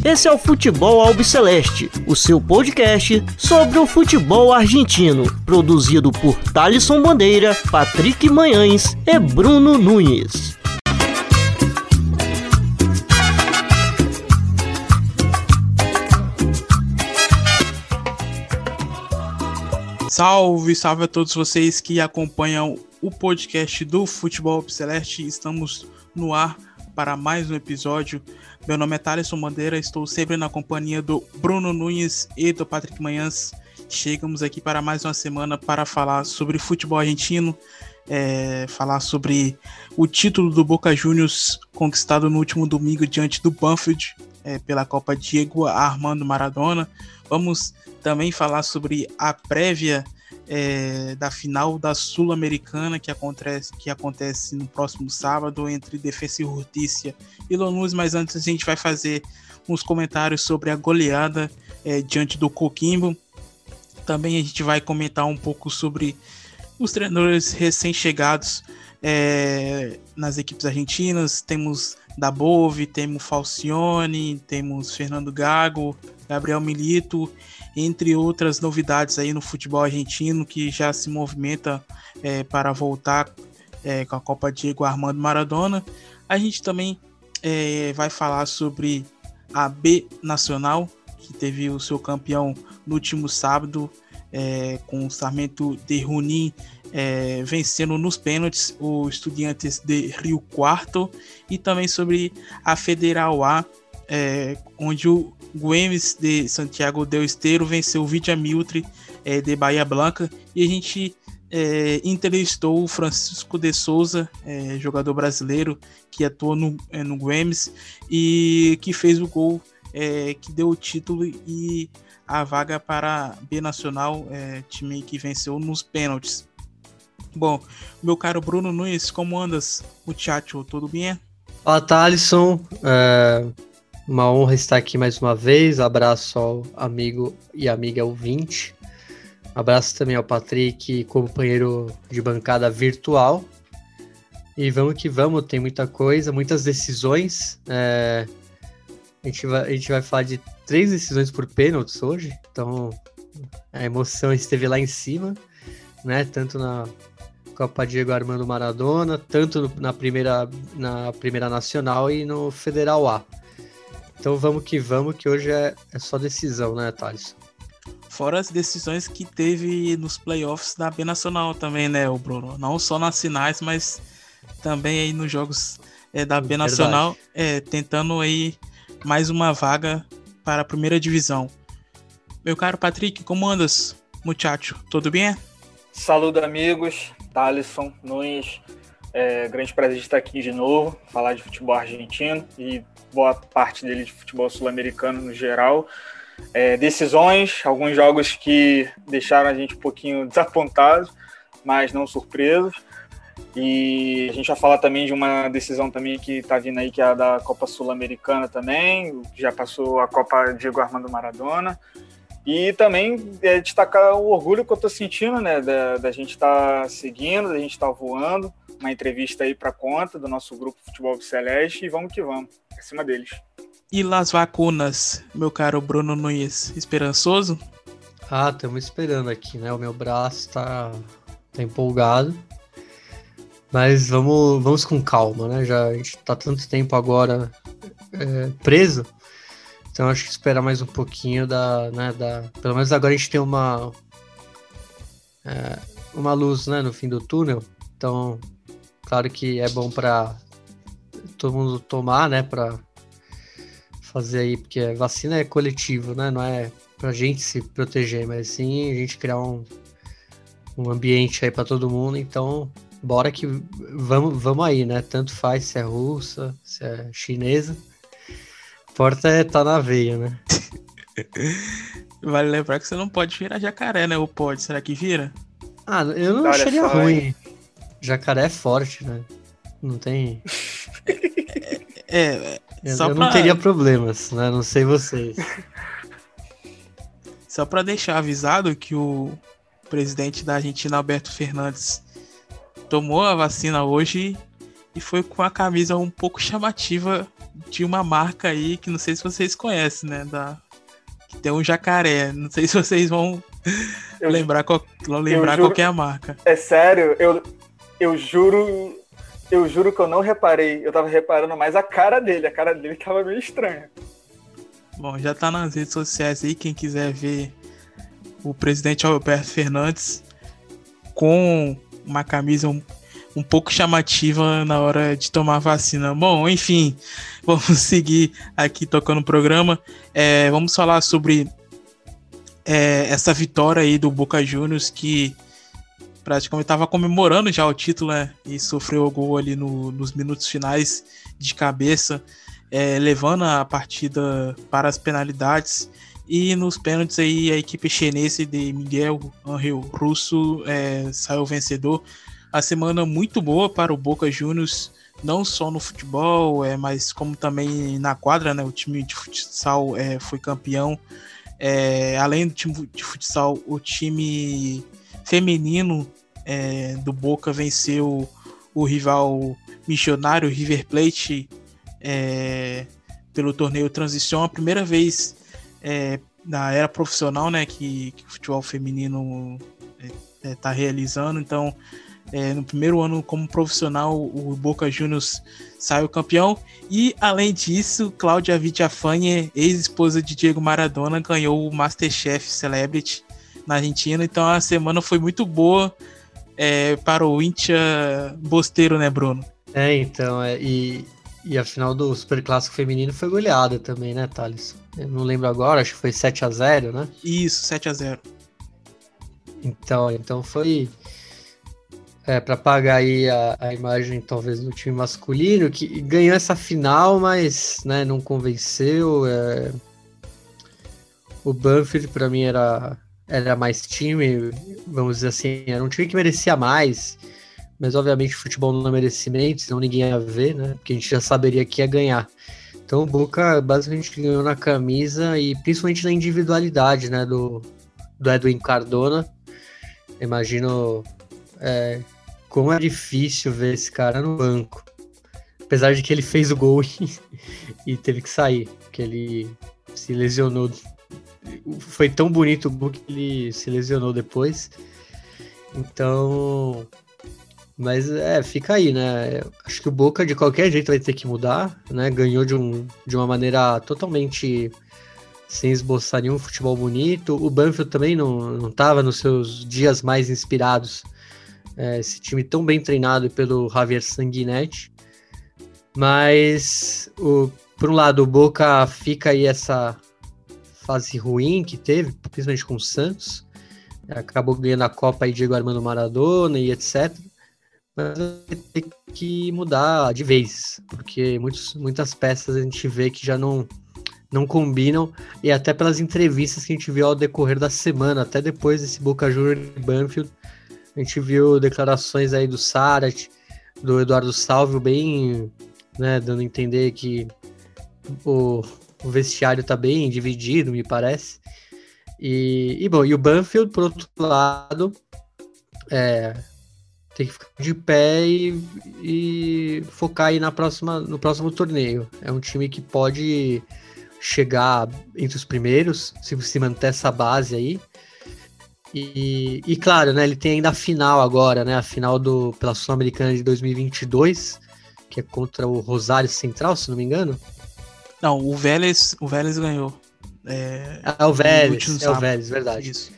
Esse é o Futebol Albiceleste, o seu podcast sobre o futebol argentino, produzido por Thalisson Bandeira, Patrick Manhães e Bruno Nunes. Salve, salve a todos vocês que acompanham o podcast do Futebol Albiceleste. Estamos no ar para mais um episódio. Meu nome é Thalisson Bandeira, estou sempre na companhia do Bruno Nunes e do Patrick Manhães. Chegamos aqui para mais uma semana para falar sobre futebol argentino, falar sobre o título do Boca Juniors conquistado no último domingo diante do Banfield pela Copa Diego Armando Maradona. Vamos também falar sobre a prévia da final da Sul-Americana que acontece no próximo sábado entre Defensa e Justicia e Lanús, mas antes a gente vai fazer uns comentários sobre a goleada diante do Coquimbo. Também a gente vai comentar um pouco sobre os treinadores recém-chegados nas equipes argentinas. Temos Dabove, temos Falcione, temos Fernando Gago, Gabriel Milito, entre outras novidades aí no futebol argentino que já se movimenta para voltar com a Copa Diego Armando Maradona. A gente também vai falar sobre a B Nacional, que teve o seu campeão no último sábado, com o Sarmiento de Junín vencendo nos pênaltis o Estudiantes de Rio Cuarto, e também sobre a Federal A, onde o Güemes de Santiago del Estero venceu o Vidia Miltre de Bahia Blanca, e a gente entrevistou o Francisco de Souza, jogador brasileiro que atuou no Güemes e que fez o gol que deu o título e a vaga para a B Nacional, time que venceu nos pênaltis. Bom, meu caro Bruno Nunes, como andas, muchacho? Tudo bem? Fala, Thalisson. Uma honra estar aqui mais uma vez. Abraço ao amigo e amiga ouvinte. Abraço também ao Patrick, companheiro de bancada virtual. E vamos que vamos, tem muita coisa, muitas decisões. A gente vai falar de 3 decisões por pênaltis hoje. Então, a emoção esteve lá em cima, né? Tanto na Copa Diego Armando Maradona, tanto na primeira Nacional e no Federal A. Então vamos que hoje é só decisão, né, Thales? Fora as decisões que teve nos playoffs da B Nacional também, né, o Bruno? Não só nas finais, mas também aí nos jogos da B Nacional, tentando aí mais uma vaga para a primeira divisão. Meu caro Patrick, como andas, muchacho? Tudo bem? Saludo, amigos. Thalisson Nunes, grande prazer de estar aqui de novo, falar de futebol argentino e boa parte dele de futebol sul-americano no geral. Decisões, alguns jogos que deixaram a gente um pouquinho desapontados, mas não surpresos. E a gente vai falar também de uma decisão também que está vindo aí, que é a da Copa Sul-Americana também, já passou a Copa Diego Armando Maradona. E também destacar o orgulho que eu estou sentindo, né, da gente estar seguindo, da gente estar voando. Uma entrevista aí para conta do nosso grupo Futebol Celeste, e vamos que vamos, acima deles. E las vacunas, meu caro Bruno Nunes, esperançoso? Estamos esperando aqui, né? O meu braço tá empolgado. Mas vamos com calma, né? A gente tá tanto tempo agora preso. Então acho que esperar mais um pouquinho pelo menos agora a gente tem uma luz, né, no fim do túnel. Então, claro que é bom para todo mundo tomar, né, para fazer aí, porque a vacina é coletivo, né, não é pra gente se proteger, mas sim a gente criar um ambiente aí para todo mundo. Então, bora que vamos aí, né, tanto faz se é russa, se é chinesa. Importa tá na veia, né? Vale lembrar que você não pode virar jacaré, né? Ou pode? Será que vira? Eu não acharia ruim. Jacaré é forte, né? Não tem... Eu não teria problemas, né? Não sei vocês. Só pra deixar avisado que o presidente da Argentina, Alberto Fernandes, tomou a vacina hoje e foi com a camisa um pouco chamativa de uma marca aí que não sei se vocês conhecem, né? Que tem um jacaré. Não sei se vocês vão lembrar qual que é a marca. É sério, eu juro que eu não reparei. Eu tava reparando mais a cara dele. A cara dele tava meio estranha. Bom, já tá nas redes sociais aí, quem quiser ver o presidente Alberto Fernandes com uma camisa um pouco chamativa na hora de tomar vacina. Bom, enfim, vamos seguir aqui tocando o programa. Vamos falar sobre essa vitória aí do Boca Juniors, que praticamente estava comemorando já o título, né, e sofreu o gol ali nos minutos finais de cabeça, levando a partida para as penalidades. E nos pênaltis aí a equipe chinesa de Miguel Ángel Russo saiu vencedor. A semana muito boa para o Boca Juniors, não só no futebol, mas como também na quadra, né? O time de futsal foi campeão. Além do time de futsal, o time feminino do Boca venceu o rival missionário River Plate pelo torneio Transição, a primeira vez na era profissional, né, que o futebol feminino está realizando. Então, no primeiro ano como profissional, o Boca Juniors saiu campeão. E, além disso, Cláudia Villafañe, ex-esposa de Diego Maradona, ganhou o Masterchef Celebrity na Argentina. Então, a semana foi muito boa para o Íntia Bosteiro, né, Bruno? Então, e a final do Superclássico feminino foi goleada também, né, Thales? Eu não lembro agora, acho que foi 7-0, né? Isso, 7-0. Então foi para pagar aí a imagem, talvez, do time masculino, que ganhou essa final, mas, né, não convenceu. O Banfield, para mim, era mais time, vamos dizer assim, era um time que merecia mais, mas, obviamente, o futebol não é merecimento, senão ninguém ia ver, né, porque a gente já saberia que ia ganhar. Então o Boca basicamente ganhou na camisa e principalmente na individualidade, né, do Edwin Cardona. Imagino como é difícil ver esse cara no banco. Apesar de que ele fez o gol e teve que sair, porque ele se lesionou. Foi tão bonito o gol que ele se lesionou depois. Então... Mas fica aí, né? Acho que o Boca de qualquer jeito vai ter que mudar, né? Ganhou de uma maneira totalmente sem esboçar nenhum futebol bonito. O Banfield também não estava nos seus dias mais inspirados. Esse time tão bem treinado pelo Javier Sanguinetti. Mas, por um lado, o Boca fica aí essa fase ruim que teve, principalmente com o Santos. Acabou ganhando a Copa aí Diego Armando Maradona e etc. Mas vai ter que mudar de vez, porque muitas peças a gente vê que já não combinam, e até pelas entrevistas que a gente viu ao decorrer da semana, até depois desse Boca Juniors e Banfield, a gente viu declarações aí do Sarat, do Eduardo Salvio, bem, né, dando a entender que o vestiário tá bem dividido, me parece. E o Banfield, por outro lado, tem que ficar de pé e focar aí no próximo torneio. É um time que pode chegar entre os primeiros, se manter essa base aí. E claro, né, ele tem ainda a final agora, né, a final pela Sul-Americana de 2022, que é contra o Rosário Central, se não me engano. Não, o Vélez ganhou. O Vélez, verdade. Isso.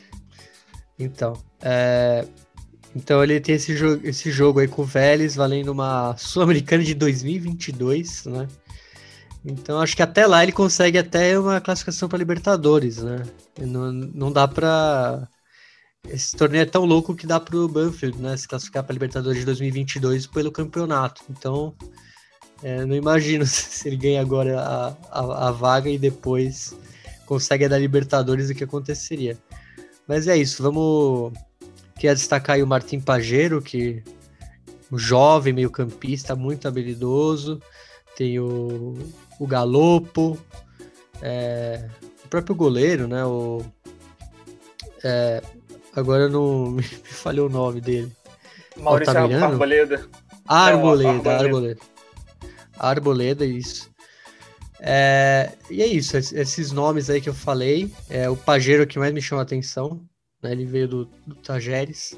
Então ele tem esse jogo aí com o Vélez, valendo uma Sul-Americana de 2022, né? Então acho que até lá ele consegue até uma classificação para Libertadores, né? Não dá para... Esse torneio é tão louco que dá pro Banfield, né, se classificar para Libertadores de 2022 pelo campeonato. Então, não imagino se ele ganha agora a vaga e depois consegue a da Libertadores, o que aconteceria. Mas é isso, queria destacar aí o Martim Pajero, que um jovem meio-campista, muito habilidoso. Tem o Galopo, o próprio goleiro, né? Agora não me falhou o nome dele. Maurício Arboleda. Arboleda, isso. E é isso, esses nomes aí que eu falei, o Pajero que mais me chamou a atenção, né? Ele veio do Tajeres.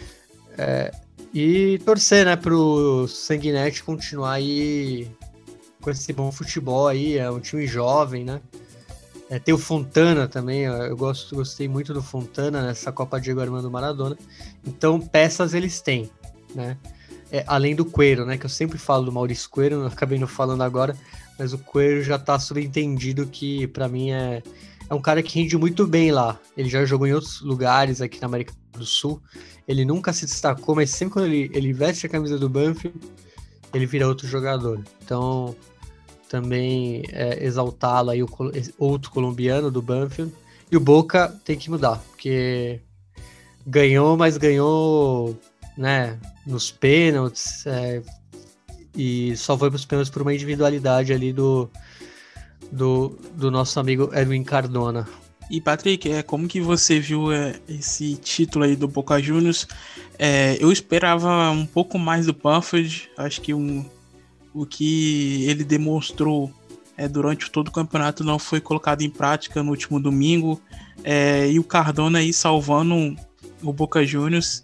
E torcer, né, pro Sanguinetti continuar aí com esse bom futebol aí, é um time jovem, né? Tem o Fontana também, eu gostei muito do Fontana nessa Copa Diego Armando Maradona. Então, peças eles têm, né? Além do Queiro, né, que eu sempre falo do Maurício Queiro, eu acabei não falando agora, mas o Queiro já tá subentendido que pra mim é um cara que rende muito bem lá. Ele já jogou em outros lugares aqui na América do Sul, ele nunca se destacou, mas sempre quando ele veste a camisa do Banfield, ele vira outro jogador. Então, também exaltá-lo aí, outro colombiano do Banfield. E o Boca tem que mudar, porque mas ganhou, né, nos pênaltis, e só foi para os pênaltis por uma individualidade ali do nosso amigo Edwin Cardona. E Patrick, como que você viu esse título aí do Boca Juniors? Eu esperava um pouco mais do Banfield, acho que o que ele demonstrou durante todo o campeonato não foi colocado em prática no último domingo, e o Cardona aí salvando o Boca Juniors.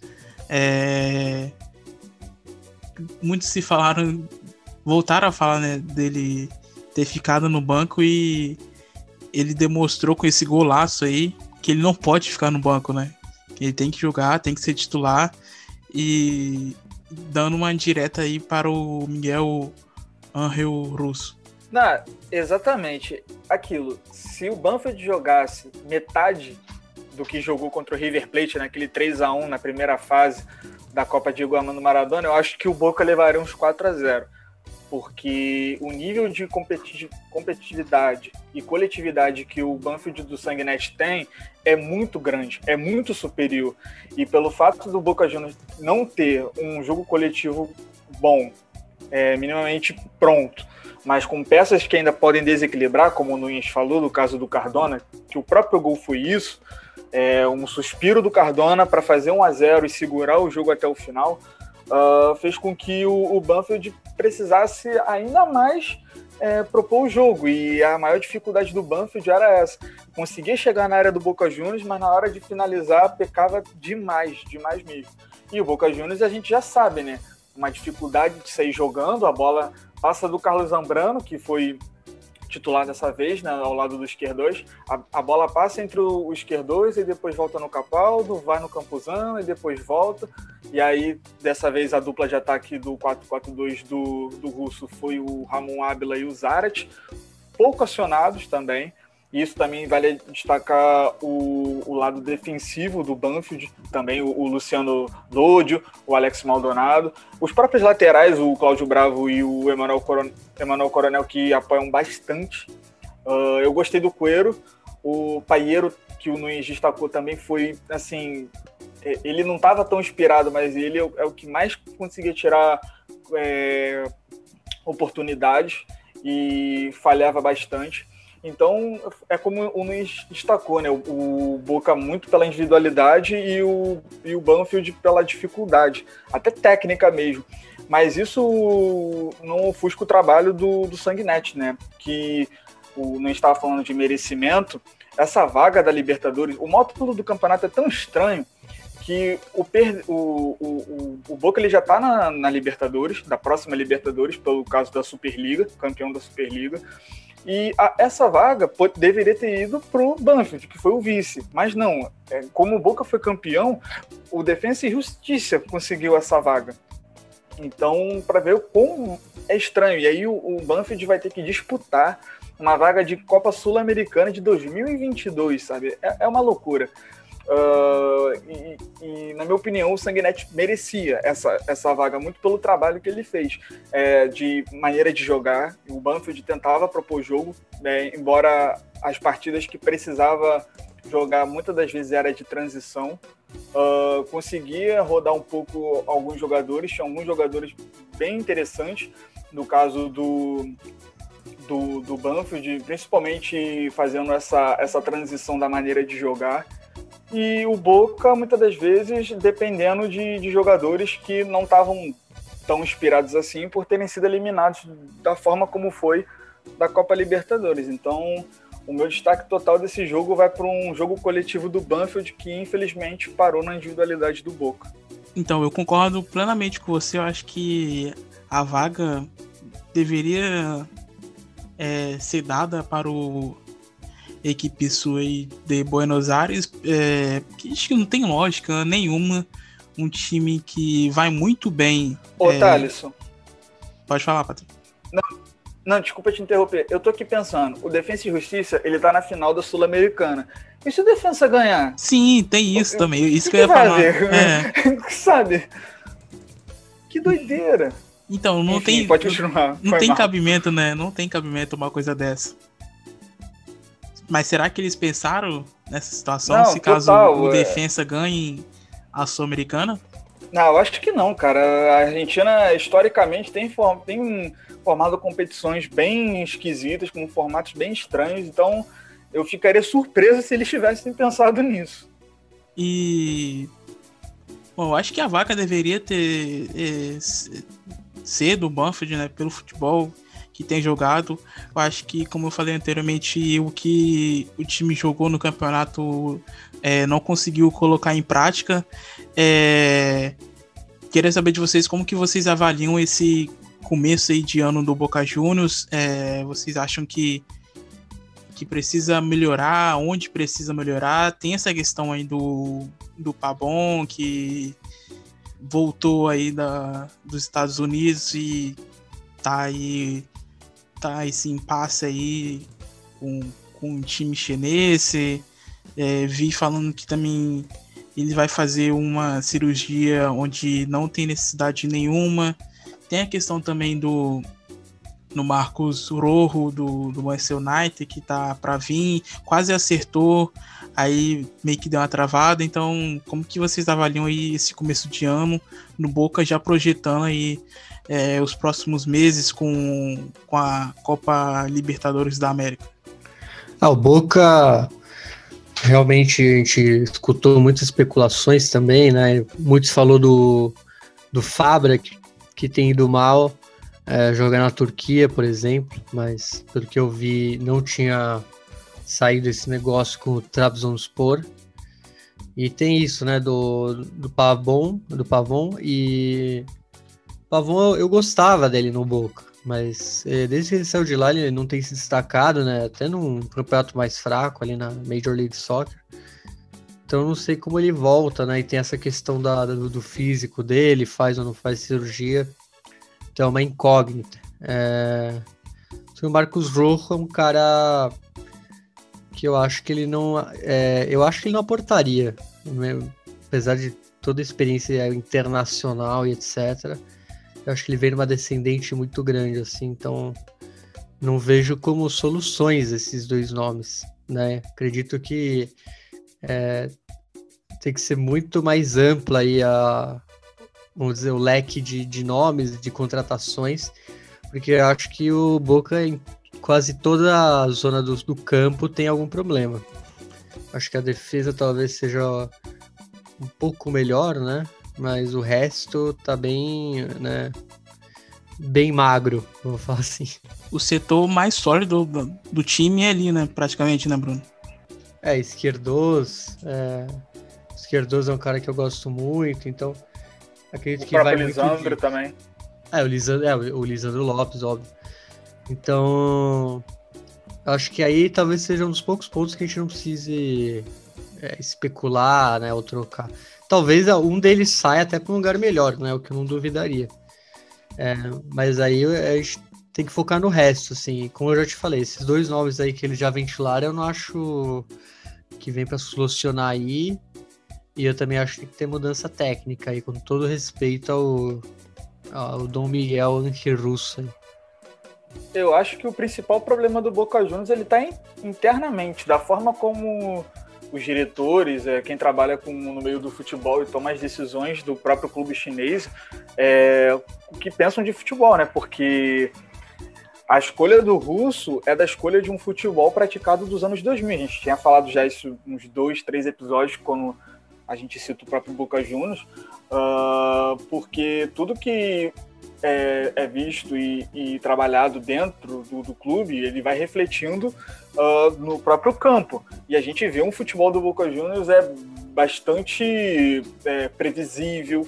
Muitos voltaram a falar, né, dele ter ficado no banco, e ele demonstrou com esse golaço aí que ele não pode ficar no banco, né? Que ele tem que jogar, tem que ser titular, e dando uma indireta aí para o Miguel Ángel Russo. Não, exatamente aquilo. Se o Banfield jogasse metade do que jogou contra o River Plate naquele 3-1 na primeira fase da Copa Diego Armando Maradona, eu acho que o Boca levaria uns 4-0. Porque o nível de competitividade e coletividade que o Banfield do Sanguinetti tem é muito grande, é muito superior. E pelo fato do Boca Juniors não ter um jogo coletivo bom, minimamente pronto, mas com peças que ainda podem desequilibrar, como o Nunes falou, no caso do Cardona, que o próprio gol foi isso, um suspiro do Cardona para fazer 1-0 e segurar o jogo até o final, fez com que o Banfield precisasse ainda mais propor o jogo, e a maior dificuldade do Banfield era essa: conseguia chegar na área do Boca Juniors, mas na hora de finalizar pecava demais mesmo. E o Boca Juniors a gente já sabe, né, uma dificuldade de sair jogando, a bola passa do Carlos Zambrano, que foi titular dessa vez, né, ao lado do Esquerdões, a bola passa entre o Esquerdões e depois volta no Capaldo, vai no Campuzano e depois volta, e aí dessa vez a dupla de ataque do 4-4-2 do Russo foi o Ramon Ábila e o Zarate, pouco acionados também. Isso também vale destacar o lado defensivo do Banfield, também o Luciano Lódio, o Alex Maldonado, os próprios laterais, o Cláudio Bravo e o Emanuel Coronel, que apoiam bastante. Eu gostei do Queiro, o Pajero, que o Nunes destacou também, foi assim, ele não estava tão inspirado, mas ele é o que mais conseguia tirar oportunidades e falhava bastante. Então, é como o Nunes destacou, né? O Boca muito pela individualidade e o Banfield pela dificuldade, até técnica mesmo. Mas isso não ofusca o trabalho do Sanguinetti, né? Que o Nunes estava falando de merecimento. Essa vaga da Libertadores, o módulo do campeonato é tão estranho que o Boca ele já está na Libertadores, da próxima Libertadores, pelo caso da Superliga, campeão da Superliga. E essa vaga deveria ter ido para o Banfield, que foi o vice. Mas não, como o Boca foi campeão, o Defensa e Justiça conseguiu essa vaga. Então, para ver como é estranho. E aí o Banfield vai ter que disputar uma vaga de Copa Sul-Americana de 2022, sabe? É uma loucura. E na minha opinião o Sanguinetti merecia essa vaga muito pelo trabalho que ele fez, de maneira de jogar. O Banfield tentava propor jogo, embora as partidas que precisava jogar muitas das vezes era de transição, conseguia rodar um pouco alguns jogadores, tinha alguns jogadores bem interessantes no caso do Banfield, principalmente fazendo essa transição da maneira de jogar. E o Boca, muitas das vezes, dependendo de jogadores que não estavam tão inspirados assim por terem sido eliminados da forma como foi da Copa Libertadores. Então, o meu destaque total desse jogo vai para um jogo coletivo do Banfield que, infelizmente, parou na individualidade do Boca. Então, eu concordo plenamente com você. Eu acho que a vaga deveria ser dada para a equipe sua de Buenos Aires, que acho que não tem lógica nenhuma. Um time que vai muito bem. Ô, Thalisson. Pode falar, Patrick. Não, desculpa te interromper. Eu tô aqui pensando, o Defensa e Justiça, ele tá na final da Sul-Americana. E se o Defensa ganhar? Sim, tem isso também. Isso que eu ia falar. Sabe? Que doideira. Então, não Enfim, tem. Pode continuar. Não tem cabimento, né? Não tem cabimento uma coisa dessa. Mas será que eles pensaram nessa situação? Não, se caso total, o Defensa ganhe a Sul-Americana? Não, eu acho que não, cara. A Argentina, historicamente, tem formado competições bem esquisitas, com formatos bem estranhos. Então, eu ficaria surpreso se eles tivessem pensado nisso. E... Bom, eu acho que a vaca deveria ser do Banfield, né? Pelo futebol que tem jogado. Eu acho que, como eu falei anteriormente, o que o time jogou no campeonato não conseguiu colocar em prática. Queria saber de vocês como que vocês avaliam esse começo aí de ano do Boca Juniors. Vocês acham que precisa melhorar? Onde precisa melhorar? Tem essa questão aí do Pavon, que voltou aí dos Estados Unidos e tá esse impasse aí com o time chinês. Vi falando que também ele vai fazer uma cirurgia onde não tem necessidade nenhuma. Tem a questão também no Marcos Rojo do Manchester United, que tá para vir, quase acertou, aí meio que deu uma travada. Então, como que vocês avaliam aí esse começo de ano no Boca, já projetando aí os próximos meses com a Copa Libertadores da América? O Boca, realmente a gente escutou muitas especulações também, né? Muitos falou do Fabra, que tem ido mal, jogar na Turquia, por exemplo, mas pelo que eu vi, não tinha saído esse negócio com o Trabzonspor. E tem isso, né, do Pavon, e Pavon eu gostava dele no Boca, mas desde que ele saiu de lá ele não tem se destacado, né, até num campeonato mais fraco ali na Major League Soccer. Então eu não sei como ele volta, né, e tem essa questão do físico dele, faz ou não faz cirurgia, então é uma incógnita. O Marcos Rojo é um cara que eu acho que ele não aportaria, né? Apesar de toda a experiência internacional e etc. Eu acho que ele veio numa descendente muito grande, assim, então não vejo como soluções esses dois nomes, né? Acredito que tem que ser muito mais ampla aí vamos dizer, o leque de nomes, de contratações, porque eu acho que o Boca, em quase toda a zona do campo, tem algum problema. Acho que a defesa talvez seja um pouco melhor, né? Mas o resto tá bem, né? Bem magro, vou falar assim. O setor mais sólido do time é ali, né? Praticamente, né, Bruno? Esquerdos é um cara que eu gosto muito, então acredito que vai muito... O próprio Lisandro também. O Lisandro Lopes, óbvio. Então, acho que aí talvez seja um dos poucos pontos que a gente não precise especular, né, ou trocar. Talvez um deles saia até para um lugar melhor, né, o que eu não duvidaria. Mas aí a gente tem que focar no resto, assim. Como eu já te falei, esses dois nomes aí que eles já ventilaram, eu não acho que vem para solucionar aí. E eu também acho que tem que ter mudança técnica aí, com todo respeito ao Dom Miguel Russo aí. Eu acho que o principal problema do Boca Juniors ele está internamente, da forma como os diretores, quem trabalha no meio do futebol e toma as decisões do próprio clube chinês, o que pensam de futebol, né? Porque a escolha do Russo é da escolha de um futebol praticado dos anos 2000. A gente tinha falado já isso uns 2, 3 episódios, quando a gente cita o próprio Boca Juniors, porque tudo que é visto e trabalhado dentro do clube, ele vai refletindo no próprio campo. E a gente vê um futebol do Boca Juniors bastante previsível,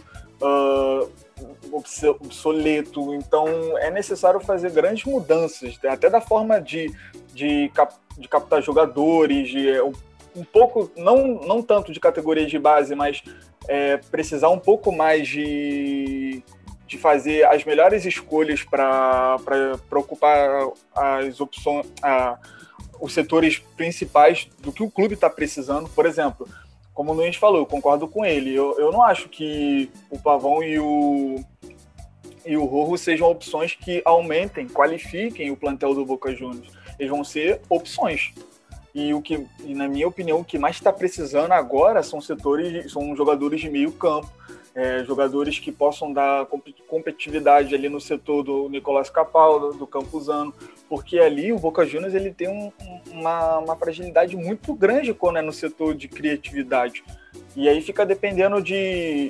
obsoleto. Então é necessário fazer grandes mudanças, até da forma de captar jogadores, um pouco, não tanto de categoria de base, mas precisar um pouco mais de fazer as melhores escolhas para ocupar as opções, os setores principais do que o clube está precisando. Por exemplo, como o Nunes falou, eu concordo com ele. Eu não acho que o Pavão e o Rojo sejam opções que aumentem, qualifiquem o plantel do Boca Juniors. Eles vão ser opções. E na minha opinião, o que mais está precisando agora são jogadores de meio campo, jogadores que possam dar competitividade ali no setor do Nicolás Capaldo, do Campuzano, porque ali o Boca Juniors ele tem uma fragilidade muito grande quando é no setor de criatividade. E aí fica dependendo de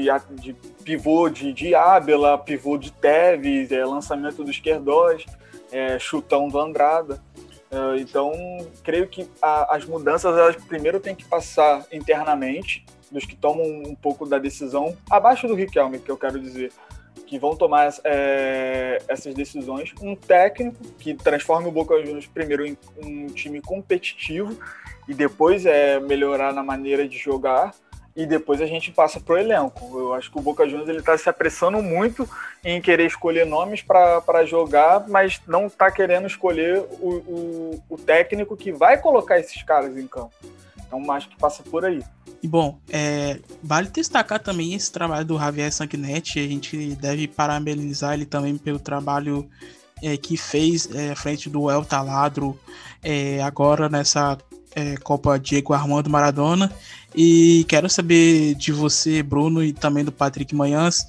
pivô de Ábela, pivô de Tevez, lançamento do Esquerdós, chutão do Andrada. Então, creio que as mudanças, elas primeiro têm que passar internamente, dos que tomam um pouco da decisão, abaixo do Riquelme, que eu quero dizer, que vão tomar essas decisões. Um técnico que transforme o Boca Juniors primeiro em um time competitivo e depois melhorar na maneira de jogar, e depois a gente passa pro elenco. Eu acho que o Boca Juniors está se apressando muito em querer escolher nomes para jogar, mas não está querendo escolher o técnico que vai colocar esses caras em campo. Então acho que passa por aí. E bom, vale destacar também esse trabalho do Javier Sanguinetti. A gente deve parabenizar ele também pelo trabalho que fez à frente do El Taladro agora nessa Copa Diego Armando Maradona. E quero saber de você, Bruno, e também do Patrick Manhãs,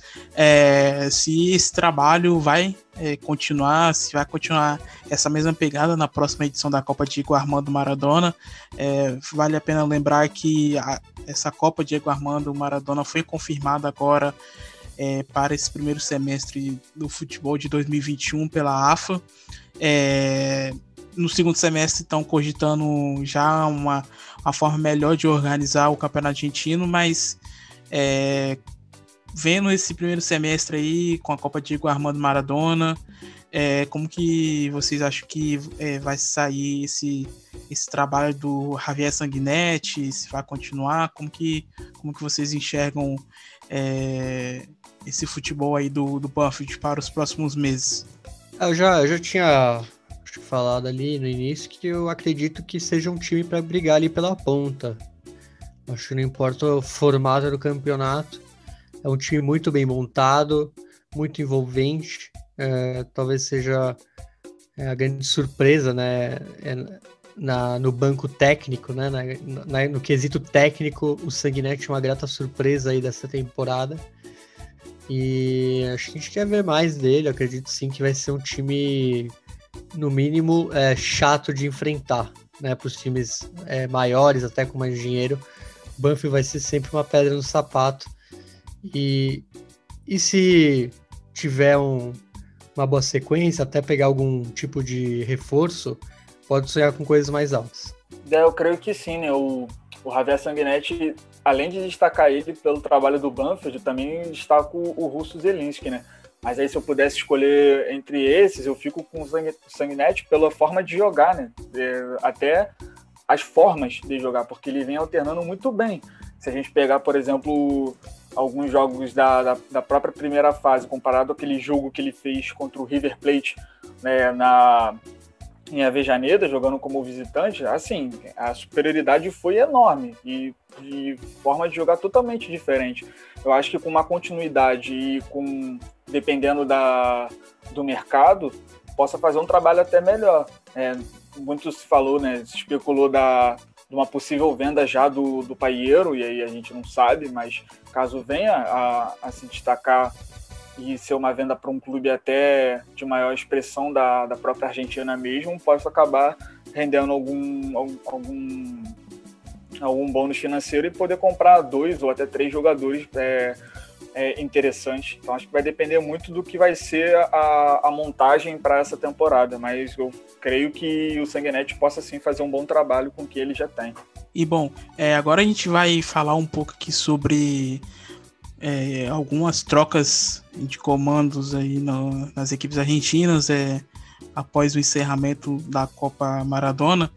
se esse trabalho vai continuar, se vai continuar essa mesma pegada na próxima edição da Copa Diego Armando Maradona. Vale a pena lembrar que essa Copa Diego Armando Maradona foi confirmada agora para esse primeiro semestre do futebol de 2021 pela AFA. No segundo semestre estão cogitando já uma forma melhor de organizar o campeonato argentino, mas vendo esse primeiro semestre aí com a Copa Diego Armando Maradona, como que vocês acham que vai sair esse trabalho do Javier Sanguinetti, se vai continuar, como que vocês enxergam esse futebol aí do Banfield para os próximos meses? Eu já tinha falado ali no início que eu acredito que seja um time para brigar ali pela ponta. Acho que não importa o formato do campeonato, é um time muito bem montado, muito envolvente. Talvez seja a grande surpresa, né? No banco técnico, né? No quesito técnico, o Sanguinetti é uma grata surpresa aí dessa temporada. E acho que a gente quer ver mais dele. Eu acredito sim que vai ser um time, no mínimo, chato de enfrentar, né? Para os times maiores, até com mais dinheiro, o Banfield vai ser sempre uma pedra no sapato. E se tiver uma boa sequência, até pegar algum tipo de reforço, pode sonhar com coisas mais altas. Eu creio que sim, né? O Javier Sanguinetti, além de destacar ele pelo trabalho do Banfield, eu também destaco o Russo Zelinski, né? Mas aí, se eu pudesse escolher entre esses, eu fico com o Sanguinetti pela forma de jogar, né? Até as formas de jogar, porque ele vem alternando muito bem. Se a gente pegar, por exemplo, alguns jogos da própria primeira fase, comparado àquele jogo que ele fez contra o River Plate, né, em Avejaneda, jogando como visitante, assim, a superioridade foi enorme e de forma de jogar totalmente diferente. Eu acho que com uma continuidade e dependendo do mercado, possa fazer um trabalho até melhor. Muito se falou, né, se especulou de uma possível venda já do Paieiro, e aí a gente não sabe, mas caso venha a se destacar e ser uma venda para um clube até de maior expressão da própria Argentina mesmo, possa acabar rendendo algum bônus financeiro e poder comprar 2 ou até 3 jogadores interessante. Então acho que vai depender muito do que vai ser a montagem para essa temporada, mas eu creio que o Sanguinetti possa sim fazer um bom trabalho com o que ele já tem. E bom, agora a gente vai falar um pouco aqui sobre algumas trocas de comandos aí nas equipes argentinas após o encerramento da Copa Maradona.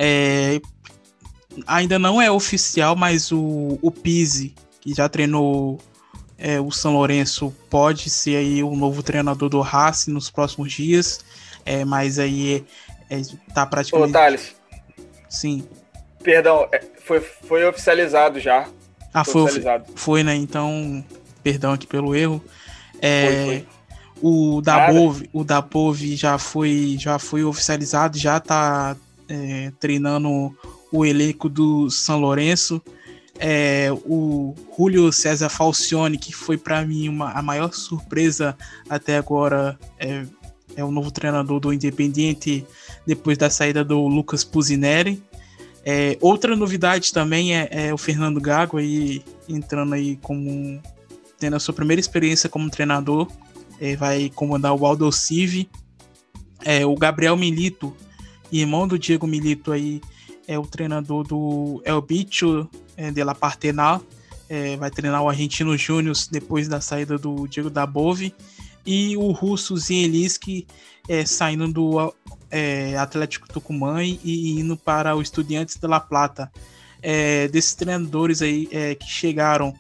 Ainda não é oficial, mas o Pizzi, que já treinou o São Lourenço, pode ser aí o novo treinador do Racing nos próximos dias, mas aí tá praticamente... Ô, Thales. Sim. Perdão, foi oficializado já. Foi, né? Então, perdão aqui pelo erro. Foi. O Dabov já foi oficializado, já tá treinando o elenco do São Lourenço. O Júlio César Falcione, que foi para mim a maior surpresa até agora, é o novo treinador do Independiente depois da saída do Lucas Pusineri. Outra novidade também é o Fernando Gago aí entrando aí tendo a sua primeira experiência como treinador, vai comandar o Aldo Civi. O Gabriel Milito, irmão do Diego Milito, aí é o treinador do El Bicho de la Partenal, vai treinar o Argentino Júnior depois da saída do Diego Dabov, e o russo Zielinski saindo do Atlético Tucumã e indo para o Estudiantes de La Plata. Desses treinadores aí que chegaram,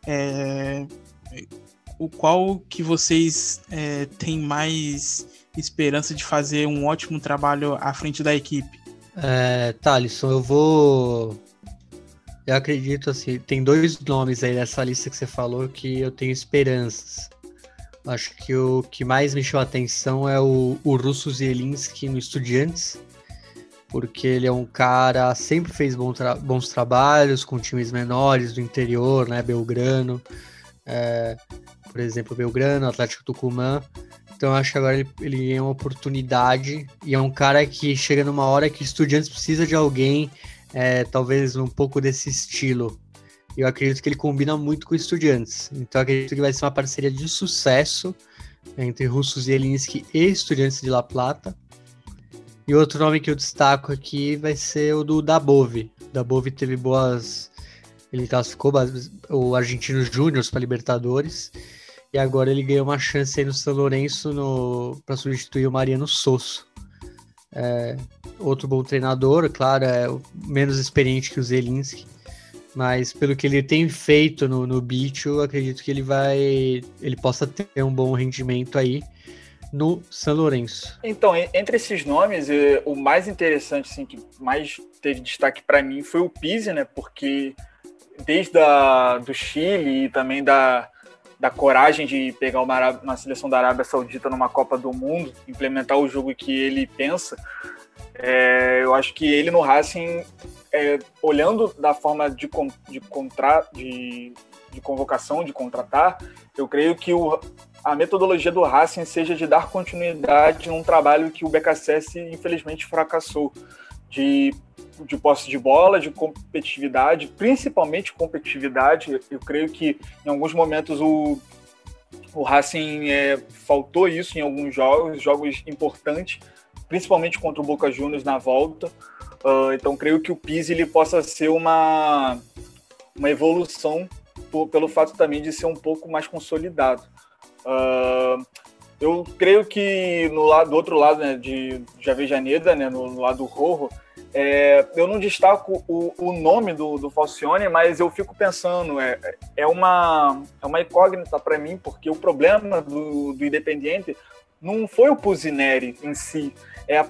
o qual que vocês têm mais esperança de fazer um ótimo trabalho à frente da equipe? Thalisson, eu acredito assim, tem 2 nomes aí nessa lista que você falou que eu tenho esperanças. Acho que o que mais me chamou a atenção é o russo Zielinski no Estudiantes, porque ele é um cara, sempre fez bons trabalhos com times menores do interior, né, Belgrano, por exemplo, Belgrano, Atlético Tucumã. Então acho que agora ele é uma oportunidade, e é um cara que chega numa hora que Estudiantes precisa de alguém, talvez um pouco desse estilo. Eu acredito que ele combina muito com Estudiantes. Então acredito que vai ser uma parceria de sucesso entre Russo Zielinski e Estudiantes de La Plata. E outro nome que eu destaco aqui vai ser o do Dabov. Dabov teve ele classificou o Argentino Júnior para Libertadores. E agora ele ganhou uma chance aí no São Lourenço para substituir o Mariano Sosso. Outro bom treinador, claro, menos experiente que o Zielinski, mas pelo que ele tem feito no Bicho, eu acredito que ele possa ter um bom rendimento aí no São Lourenço. Então, entre esses nomes, o mais interessante, assim, que mais teve destaque para mim foi o Pizzi, né? Porque desde do Chile e também da coragem de pegar uma seleção da Arábia Saudita numa Copa do Mundo, implementar o jogo que ele pensa, eu acho que ele no Racing, olhando da forma de convocação, de contratar, eu creio que a metodologia do Racing seja de dar continuidade num trabalho que o BKSS infelizmente fracassou, de posse de bola, de competitividade, principalmente competitividade. Eu creio que em alguns momentos o Racing faltou isso em alguns jogos importantes, principalmente contra o Boca Juniors na volta. Então creio que o Pizzi ele possa ser uma evolução pelo fato também de ser um pouco mais consolidado. Eu creio que do outro lado, né, de Avejaneda, né, no lado do Rojo, eu não destaco o nome do Falcione, mas eu fico pensando, é uma incógnita para mim, porque o problema do Independiente não foi o Pusineri em si, é o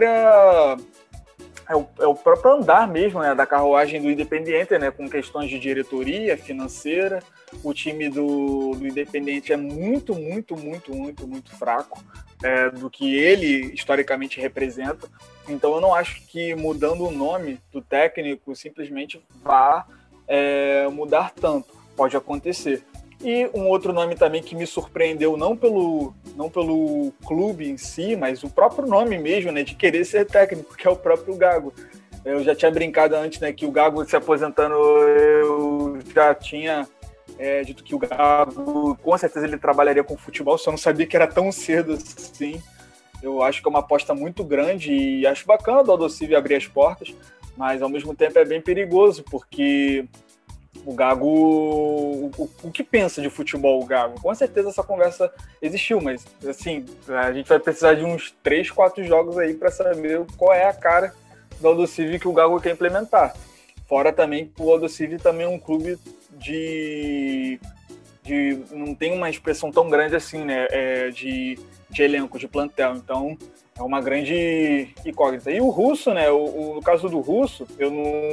próprio andar mesmo, né, da carruagem do Independiente, né, com questões de diretoria financeira. O time do Independiente é muito, muito, muito, muito, muito fraco do que ele historicamente representa. Então eu não acho que mudando o nome do técnico simplesmente vá mudar tanto. Pode acontecer. E um outro nome também que me surpreendeu, não pelo clube em si, mas o próprio nome mesmo, né, de querer ser técnico, que é o próprio Gago. Eu já tinha brincado antes, né, que o Gago se aposentando, eu já tinha dito que o Gago, com certeza ele trabalharia com futebol, só não sabia que era tão cedo assim. Eu acho que é uma aposta muito grande e acho bacana do Aldosivi abrir as portas, mas ao mesmo tempo é bem perigoso, porque o Gago, o que pensa de futebol o Gago? Com certeza essa conversa existiu, mas assim, a gente vai precisar de uns 3, 4 jogos aí para saber qual é a cara do Aldosivi que o Gago quer implementar. Fora também que o Aldosivi também é um clube de não tem uma expressão tão grande assim, né, de elenco, de plantel, então é uma grande incógnita. E o Russo, né, no caso do Russo, eu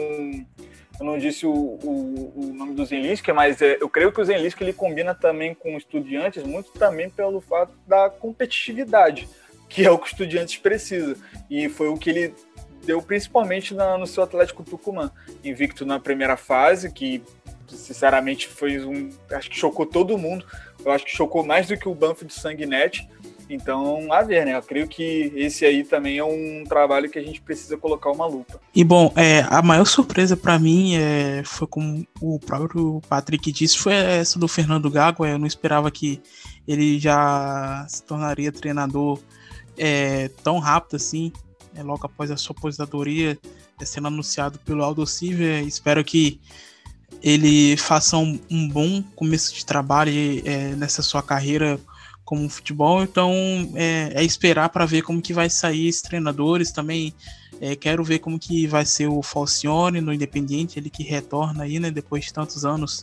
não disse o nome do Zelinski, mas eu creio que o Zelinski ele combina também com Estudiantes, muito também pelo fato da competitividade, que é o que o Estudiantes precisa, e foi o que ele deu principalmente no seu Atlético Tucumã, invicto na primeira fase, que sinceramente acho que chocou todo mundo, eu acho que chocou mais do que o Banfield Sanguinetti. Então, a ver, né? Eu creio que esse aí também é um trabalho que a gente precisa colocar uma lupa. E bom, a maior surpresa para mim foi, como o próprio Patrick disse, foi essa do Fernando Gago. Eu não esperava que ele já se tornaria treinador tão rápido assim, logo após a sua aposentadoria, sendo anunciado pelo Aldosivi. Espero que ele faça um bom começo de trabalho nessa sua carreira como futebol. Então esperar para ver como que vai sair esses treinadores também. Quero ver como que vai ser o Falcione no Independiente, ele que retorna aí, né, depois de tantos anos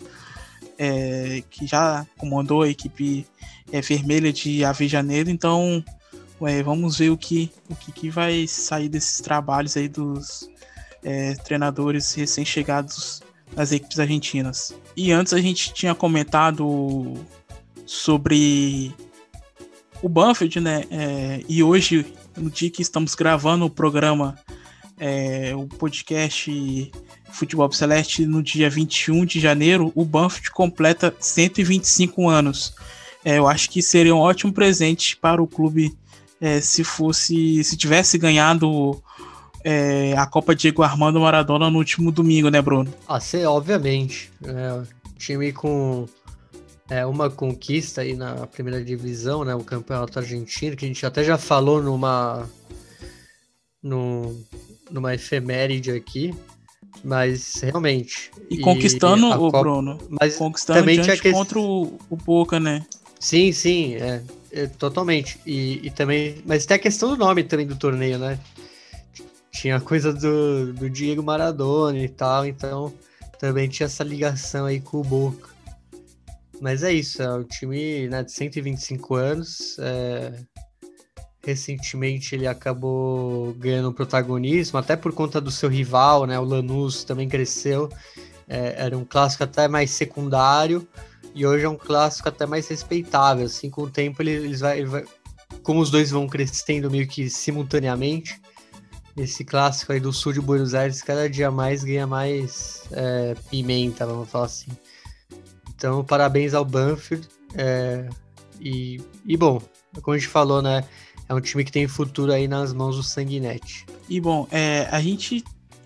que já comandou a equipe vermelha de Avejaneiro. Então vamos ver o que vai sair desses trabalhos aí dos treinadores recém-chegados nas equipes argentinas. E antes a gente tinha comentado sobre o Banfield, né? E hoje, no dia que estamos gravando o programa, o podcast Futebol Celeste, no dia 21 de janeiro, o Banfield completa 125 anos. Eu acho que seria um ótimo presente para o clube se tivesse ganhado a Copa Diego Armando Maradona no último domingo, né, Bruno? Obviamente. Time com uma conquista aí na primeira divisão, né, o campeonato argentino, que a gente até já falou numa efeméride aqui, mas realmente... E conquistando, Bruno, mas conquistando também diante contra o Boca, né? Sim, totalmente. E também, mas tem a questão do nome também do torneio, né? Tinha coisa do Diego Maradona e tal, então também tinha essa ligação aí com o Boca. Mas é isso, o time, né, de 125 anos, recentemente ele acabou ganhando protagonismo, até por conta do seu rival, né, o Lanús também cresceu, era um clássico até mais secundário, e hoje é um clássico até mais respeitável, assim, com o tempo eles vai, como os dois vão crescendo meio que simultaneamente, esse clássico aí do sul de Buenos Aires cada dia mais ganha mais pimenta, vamos falar assim. Então, parabéns ao Banfield. E bom, como a gente falou, né? É um time que tem futuro aí nas mãos do Sanguinetti. E bom, a gente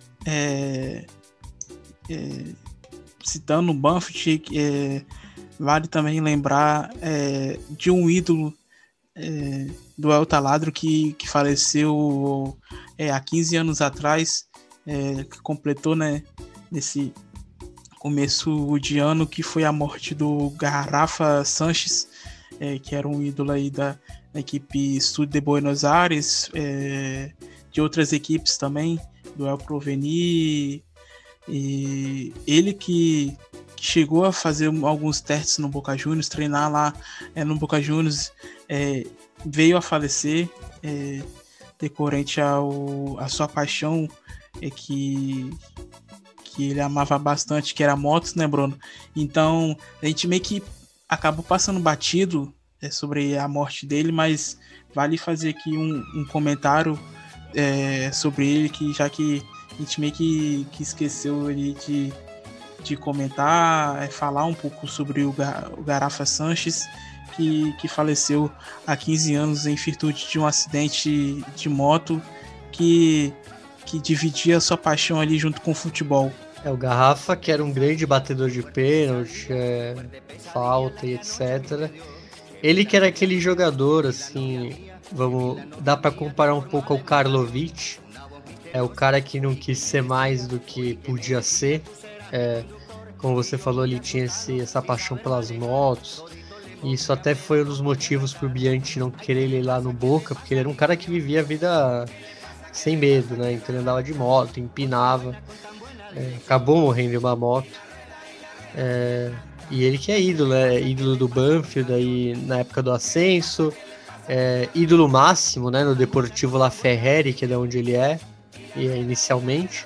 citando o Banfield, vale também lembrar de um ídolo do El Taladro que faleceu há 15 anos atrás, que completou, né, nesse começo de ano, que foi a morte do Garrafa Sanches, que era um ídolo aí da equipe Sud de Buenos Aires, de outras equipes também, do El Porvenir, e ele que chegou a fazer alguns testes no Boca Juniors, treinar lá no Boca Juniors, veio a falecer, decorrente a sua paixão que ele amava bastante, que era motos, né, Bruno? Então, a gente meio que acabou passando batido sobre a morte dele, mas vale fazer aqui um comentário sobre ele, que já que a gente meio que esqueceu ele de comentar, falar um pouco sobre o Garrafa Sanches, que faleceu há 15 anos em virtude de um acidente de moto que dividia a sua paixão ali junto com o futebol. O Garrafa, que era um grande batedor de pênalti, falta e etc. Ele que era aquele jogador, assim, dá para comparar um pouco ao Karlovic. É o cara que não quis ser mais do que podia ser. Como você falou, ele tinha essa paixão pelas motos. E isso até foi um dos motivos pro Bianchi não querer ele lá no Boca, porque ele era um cara que vivia a vida sem medo, né? Então ele andava de moto, empinava. Acabou morrendo em uma moto. E ele que é ídolo, ídolo do Banfield aí na época do ascenso, ídolo máximo, né, no Deportivo La Ferreri, que é de onde ele inicialmente.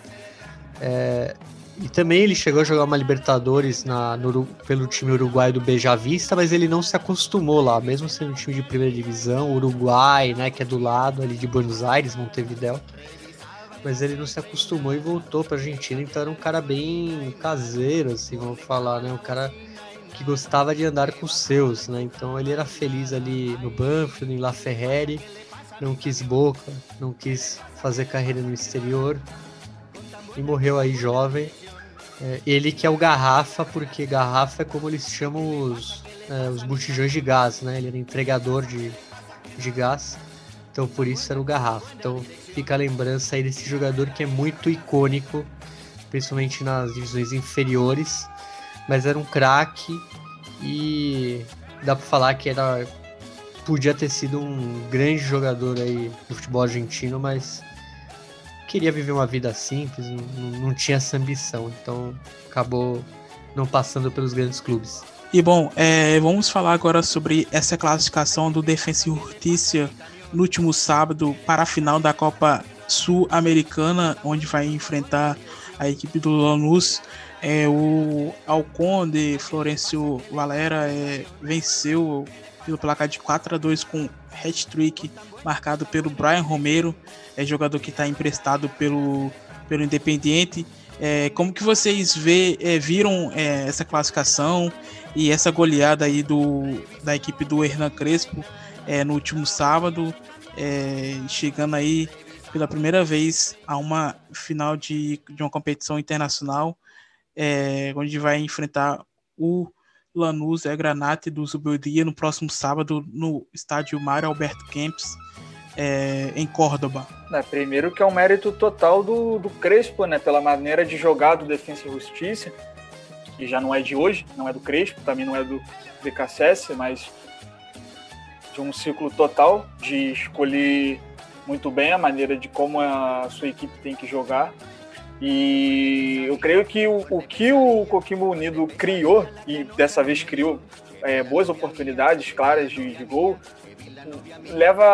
E também ele chegou a jogar uma Libertadores pelo time uruguaio do Beja Vista, mas ele não se acostumou lá, mesmo sendo um time de primeira divisão, Uruguai, né, que é do lado ali de Buenos Aires, Montevidéu. Mas ele não se acostumou e voltou para a Argentina, então era um cara bem caseiro, assim, vamos falar, né? Um cara que gostava de andar com os seus, né? Então ele era feliz ali no Banfield, em La Ferreri, não quis Boca, não quis fazer carreira no exterior e morreu aí jovem. Ele que é o Garrafa, porque Garrafa é como eles chamam os botijões de gás, né? Ele era entregador de gás, então por isso era o Garrafa. Então fica a lembrança aí desse jogador que é muito icônico, principalmente nas divisões inferiores, mas era um craque e dá pra falar que podia ter sido um grande jogador aí do futebol argentino, mas queria viver uma vida simples, não tinha essa ambição, então acabou não passando pelos grandes clubes. E bom, vamos falar agora sobre essa classificação do Defensa y Justicia no último sábado para a final da Copa Sul-Americana, onde vai enfrentar a equipe do Lanús. O Alcon de Florencio Valera venceu pelo placar de 4-2 com hat-trick marcado pelo Brian Romero, jogador que está emprestado pelo Independiente. Como que vocês viram essa classificação e essa goleada aí da equipe do Hernan Crespo no último sábado, chegando aí pela primeira vez a uma final de uma competição internacional, onde vai enfrentar o Lanús Granate do Zubeldia no próximo sábado no estádio Mário Alberto Kempes, em Córdoba. Primeiro que é um mérito total do Crespo, né, pela maneira de jogar do Defensa y Justicia, que já não é de hoje, não é do Crespo, também não é do BKSS, mas de um ciclo total de escolher muito bem a maneira de como a sua equipe tem que jogar. E eu creio que o que o Coquimbo Unido criou, e dessa vez criou boas oportunidades claras de gol, leva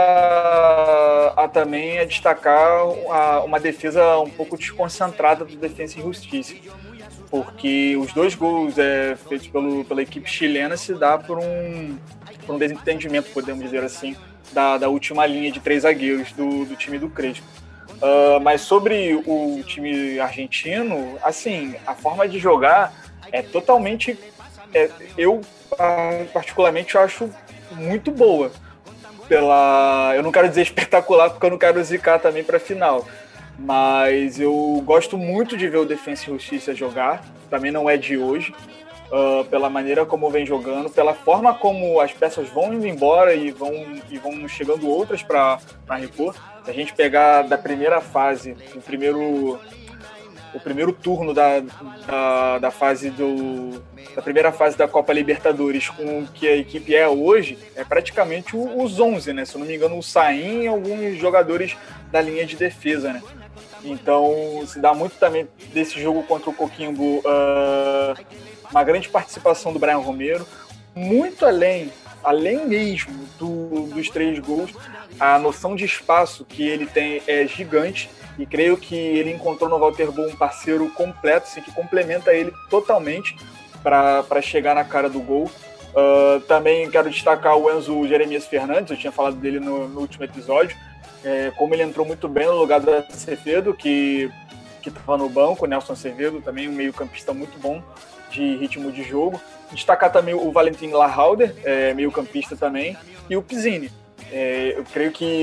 a também a destacar uma defesa um pouco desconcentrada do Defensa y Justicia, porque os 2 gols feitos pela equipe chilena se dá por um desentendimento, podemos dizer assim, da última linha de 3 zagueiros do time do Crespo. Mas sobre o time argentino, assim, a forma de jogar é totalmente, eu particularmente acho muito boa. Eu não quero dizer espetacular, porque eu não quero zicar também para a final, mas eu gosto muito de ver o Defensa y Justicia jogar, também não é de hoje, pela maneira como vem jogando, pela forma como as peças vão indo embora e vão chegando outras para repor. Se a gente pegar da primeira fase, o primeiro turno da primeira fase da Copa Libertadores com o que a equipe é hoje, é praticamente os 11, né? Se eu não me engano, o Sain e alguns jogadores da linha de defesa, né? Então, se dá muito também desse jogo contra o Coquimbo, uma grande participação do Brian Romero, muito além mesmo dos 3 gols, a noção de espaço que ele tem é gigante, e creio que ele encontrou no Walter Bom um parceiro completo, assim, que complementa ele totalmente para chegar na cara do gol. Também quero destacar o Enzo Jeremias Fernandes, eu tinha falado dele no último episódio, como ele entrou muito bem no lugar do Acevedo, que estava no banco. O Nelson Acevedo também, um meio-campista muito bom de ritmo de jogo. Destacar também o Valentin Larrauder, meio-campista também, e o Pizzini. Eu creio que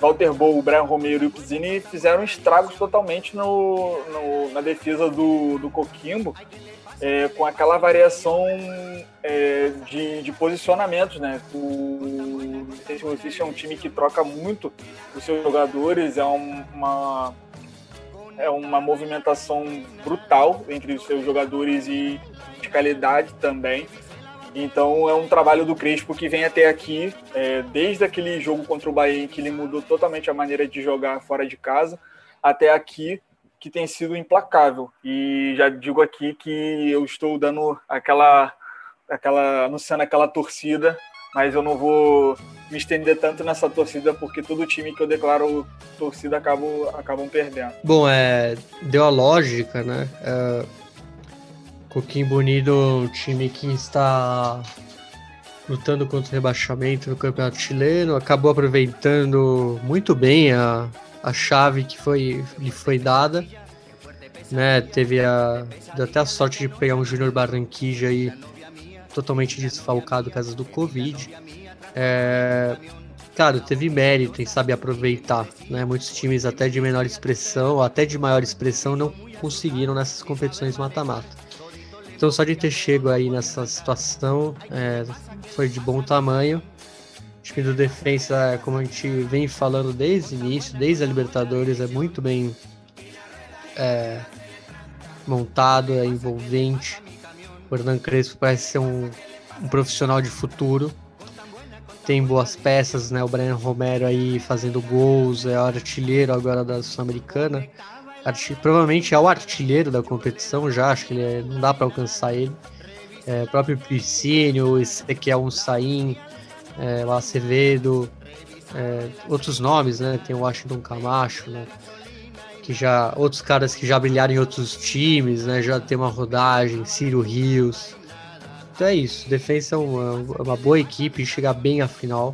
Walter Bou, o Brian Romero e o Pizzini fizeram estragos totalmente na defesa do Coquimbo, com aquela variação de posicionamentos, né? O Recife é um time que troca muito os seus jogadores, é uma movimentação brutal entre os seus jogadores e de qualidade também. Então é um trabalho do Crespo que vem até aqui, desde aquele jogo contra o Bahia, em que ele mudou totalmente a maneira de jogar fora de casa, até aqui, que tem sido implacável. E já digo aqui que eu estou dando anunciando aquela torcida, mas eu não vou me estender tanto nessa torcida, porque todo time que eu declaro torcida acabam perdendo. Bom, deu a lógica, né? Coquimbo Unido, um time que está lutando contra o rebaixamento no Campeonato Chileno, acabou aproveitando muito bem a chave que lhe foi dada, né? Deu até a sorte de pegar um Júnior Barranquilla aí totalmente desfalcado por causa do Covid. Cara, teve mérito em saber aproveitar, né? Muitos times até de menor expressão, até de maior expressão, não conseguiram nessas competições mata-mata. Então, só de ter chego aí nessa situação, foi de bom tamanho. O time do Defensa, como a gente vem falando desde o início, desde a Libertadores, é muito bem montado, é envolvente. O Hernan Crespo parece ser um profissional de futuro. Tem boas peças, né? O Brian Romero aí fazendo gols, é o artilheiro agora da Sul-Americana. Provavelmente é o artilheiro da competição já, acho que não dá para alcançar ele. O próprio Piscínio, esse aqui é um Saim, o Acevedo, outros nomes, né? Tem o Washington Camacho, né? Outros caras que já brilharam em outros times, né? Já tem uma rodagem, Ciro Rios. Então é isso, Defensa é uma boa equipe, chega bem à final.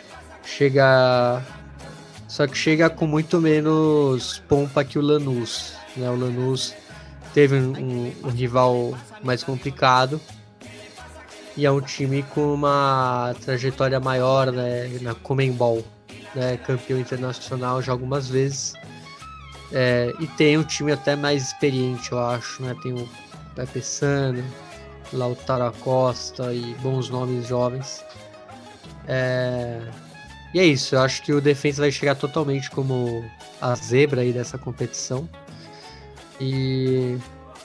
Só que chega com muito menos pompa que o Lanús, né? O Lanús teve um rival mais complicado e é um time com uma trajetória maior, né, na Conmebol, né? Campeão internacional já algumas vezes, e tem um time até mais experiente, eu acho, né? Tem o Pepe Sano, Lautaro Acosta e bons nomes jovens. E é isso, eu acho que o Defensa vai chegar totalmente como a zebra aí dessa competição. E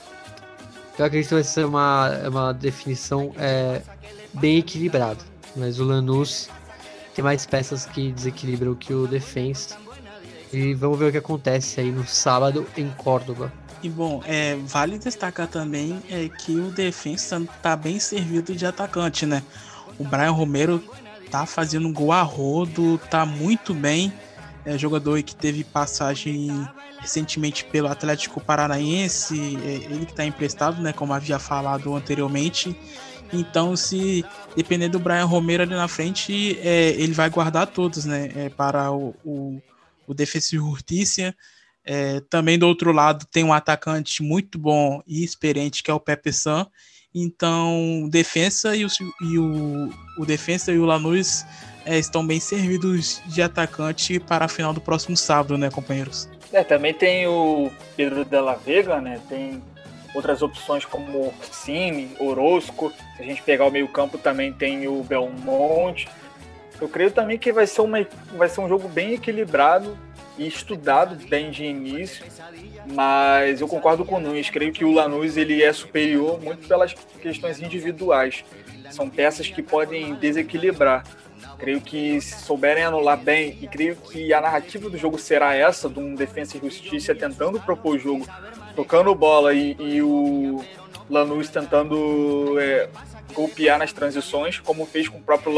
eu acredito que vai ser uma definição bem equilibrada. Mas o Lanús tem mais peças que desequilibram que o Defensa. E vamos ver o que acontece aí no sábado em Córdoba. E bom, vale destacar também que o Defensa tá bem servido de atacante, né? O Brian Romero tá fazendo um gol a rodo, tá muito bem. Jogador que teve passagem recentemente pelo Atlético Paranaense, ele que tá emprestado, né, como havia falado anteriormente. Então, se depender do Brian Romero ali na frente, ele vai guardar todos, né, para o Defensa e Justiça. Também do outro lado tem um atacante muito bom e experiente, que é o Pepe San. Então, Defensa e o Defensa e o Lanús estão bem servidos de atacante para a final do próximo sábado, né, companheiros? Também tem o Pedro Della Vega, né? Tem outras opções como Orsini, Orozco. Se a gente pegar o meio-campo, também tem o Belmonte. Eu creio também que vai ser um jogo bem equilibrado e estudado bem de início, mas eu concordo com o Nunes. Creio que o Lanús ele é superior muito pelas questões individuais. São peças que podem desequilibrar. Creio que se souberem anular bem, e creio que a narrativa do jogo será essa, de um Defensa e Justiça tentando propor o jogo, tocando bola e o Lanús tentando golpear nas transições, como fez com o próprio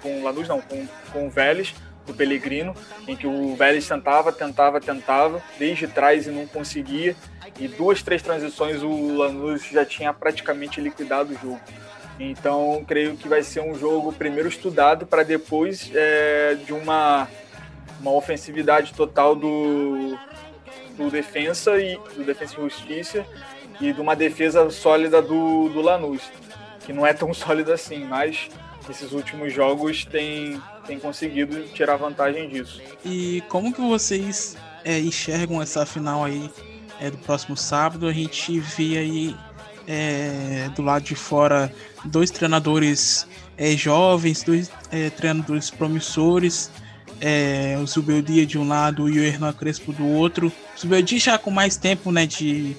com o Vélez, do Pellegrino, em que o Vélez tentava desde trás e não conseguia, e 2, 3 transições o Lanús já tinha praticamente liquidado o jogo. Então creio que vai ser um jogo primeiro estudado para depois de uma ofensividade total do Defensa e Justiça, e de uma defesa sólida do Lanús, que não é tão sólida assim, mas esses últimos jogos tem conseguido tirar vantagem disso. E como que vocês enxergam essa final aí do próximo sábado? A gente vê aí do lado de fora 2 treinadores jovens, 2 treinadores promissores, o Zubeldia de um lado e o Hernan Crespo do outro. O Zubeldia já com mais tempo, né,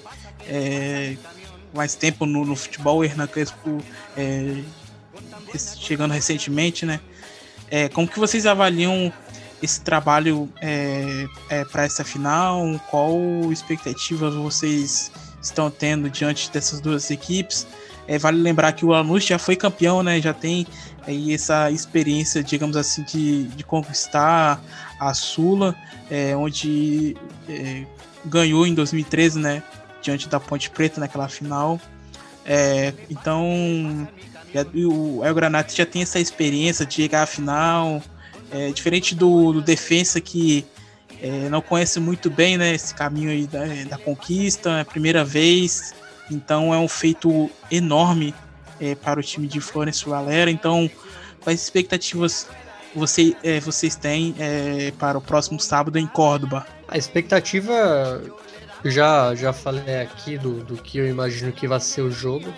mais tempo no futebol, o Hernan Crespo chegando recentemente, né? Como que vocês avaliam esse trabalho para essa final? Qual expectativas vocês estão tendo diante dessas 2 equipes? Vale lembrar que o Lanús já foi campeão, né? Já tem aí essa experiência, digamos assim, de conquistar a Sula, onde ganhou em 2013, né? Diante da Ponte Preta naquela final. Então, o El Granate já tem essa experiência de chegar à final, diferente do Defensa, que não conhece muito bem, né, esse caminho aí da conquista, é a primeira vez, então é um feito enorme para o time de Florencio Varela. Então, quais expectativas vocês têm para o próximo sábado em Córdoba? A expectativa, já falei aqui do que eu imagino que vai ser o jogo.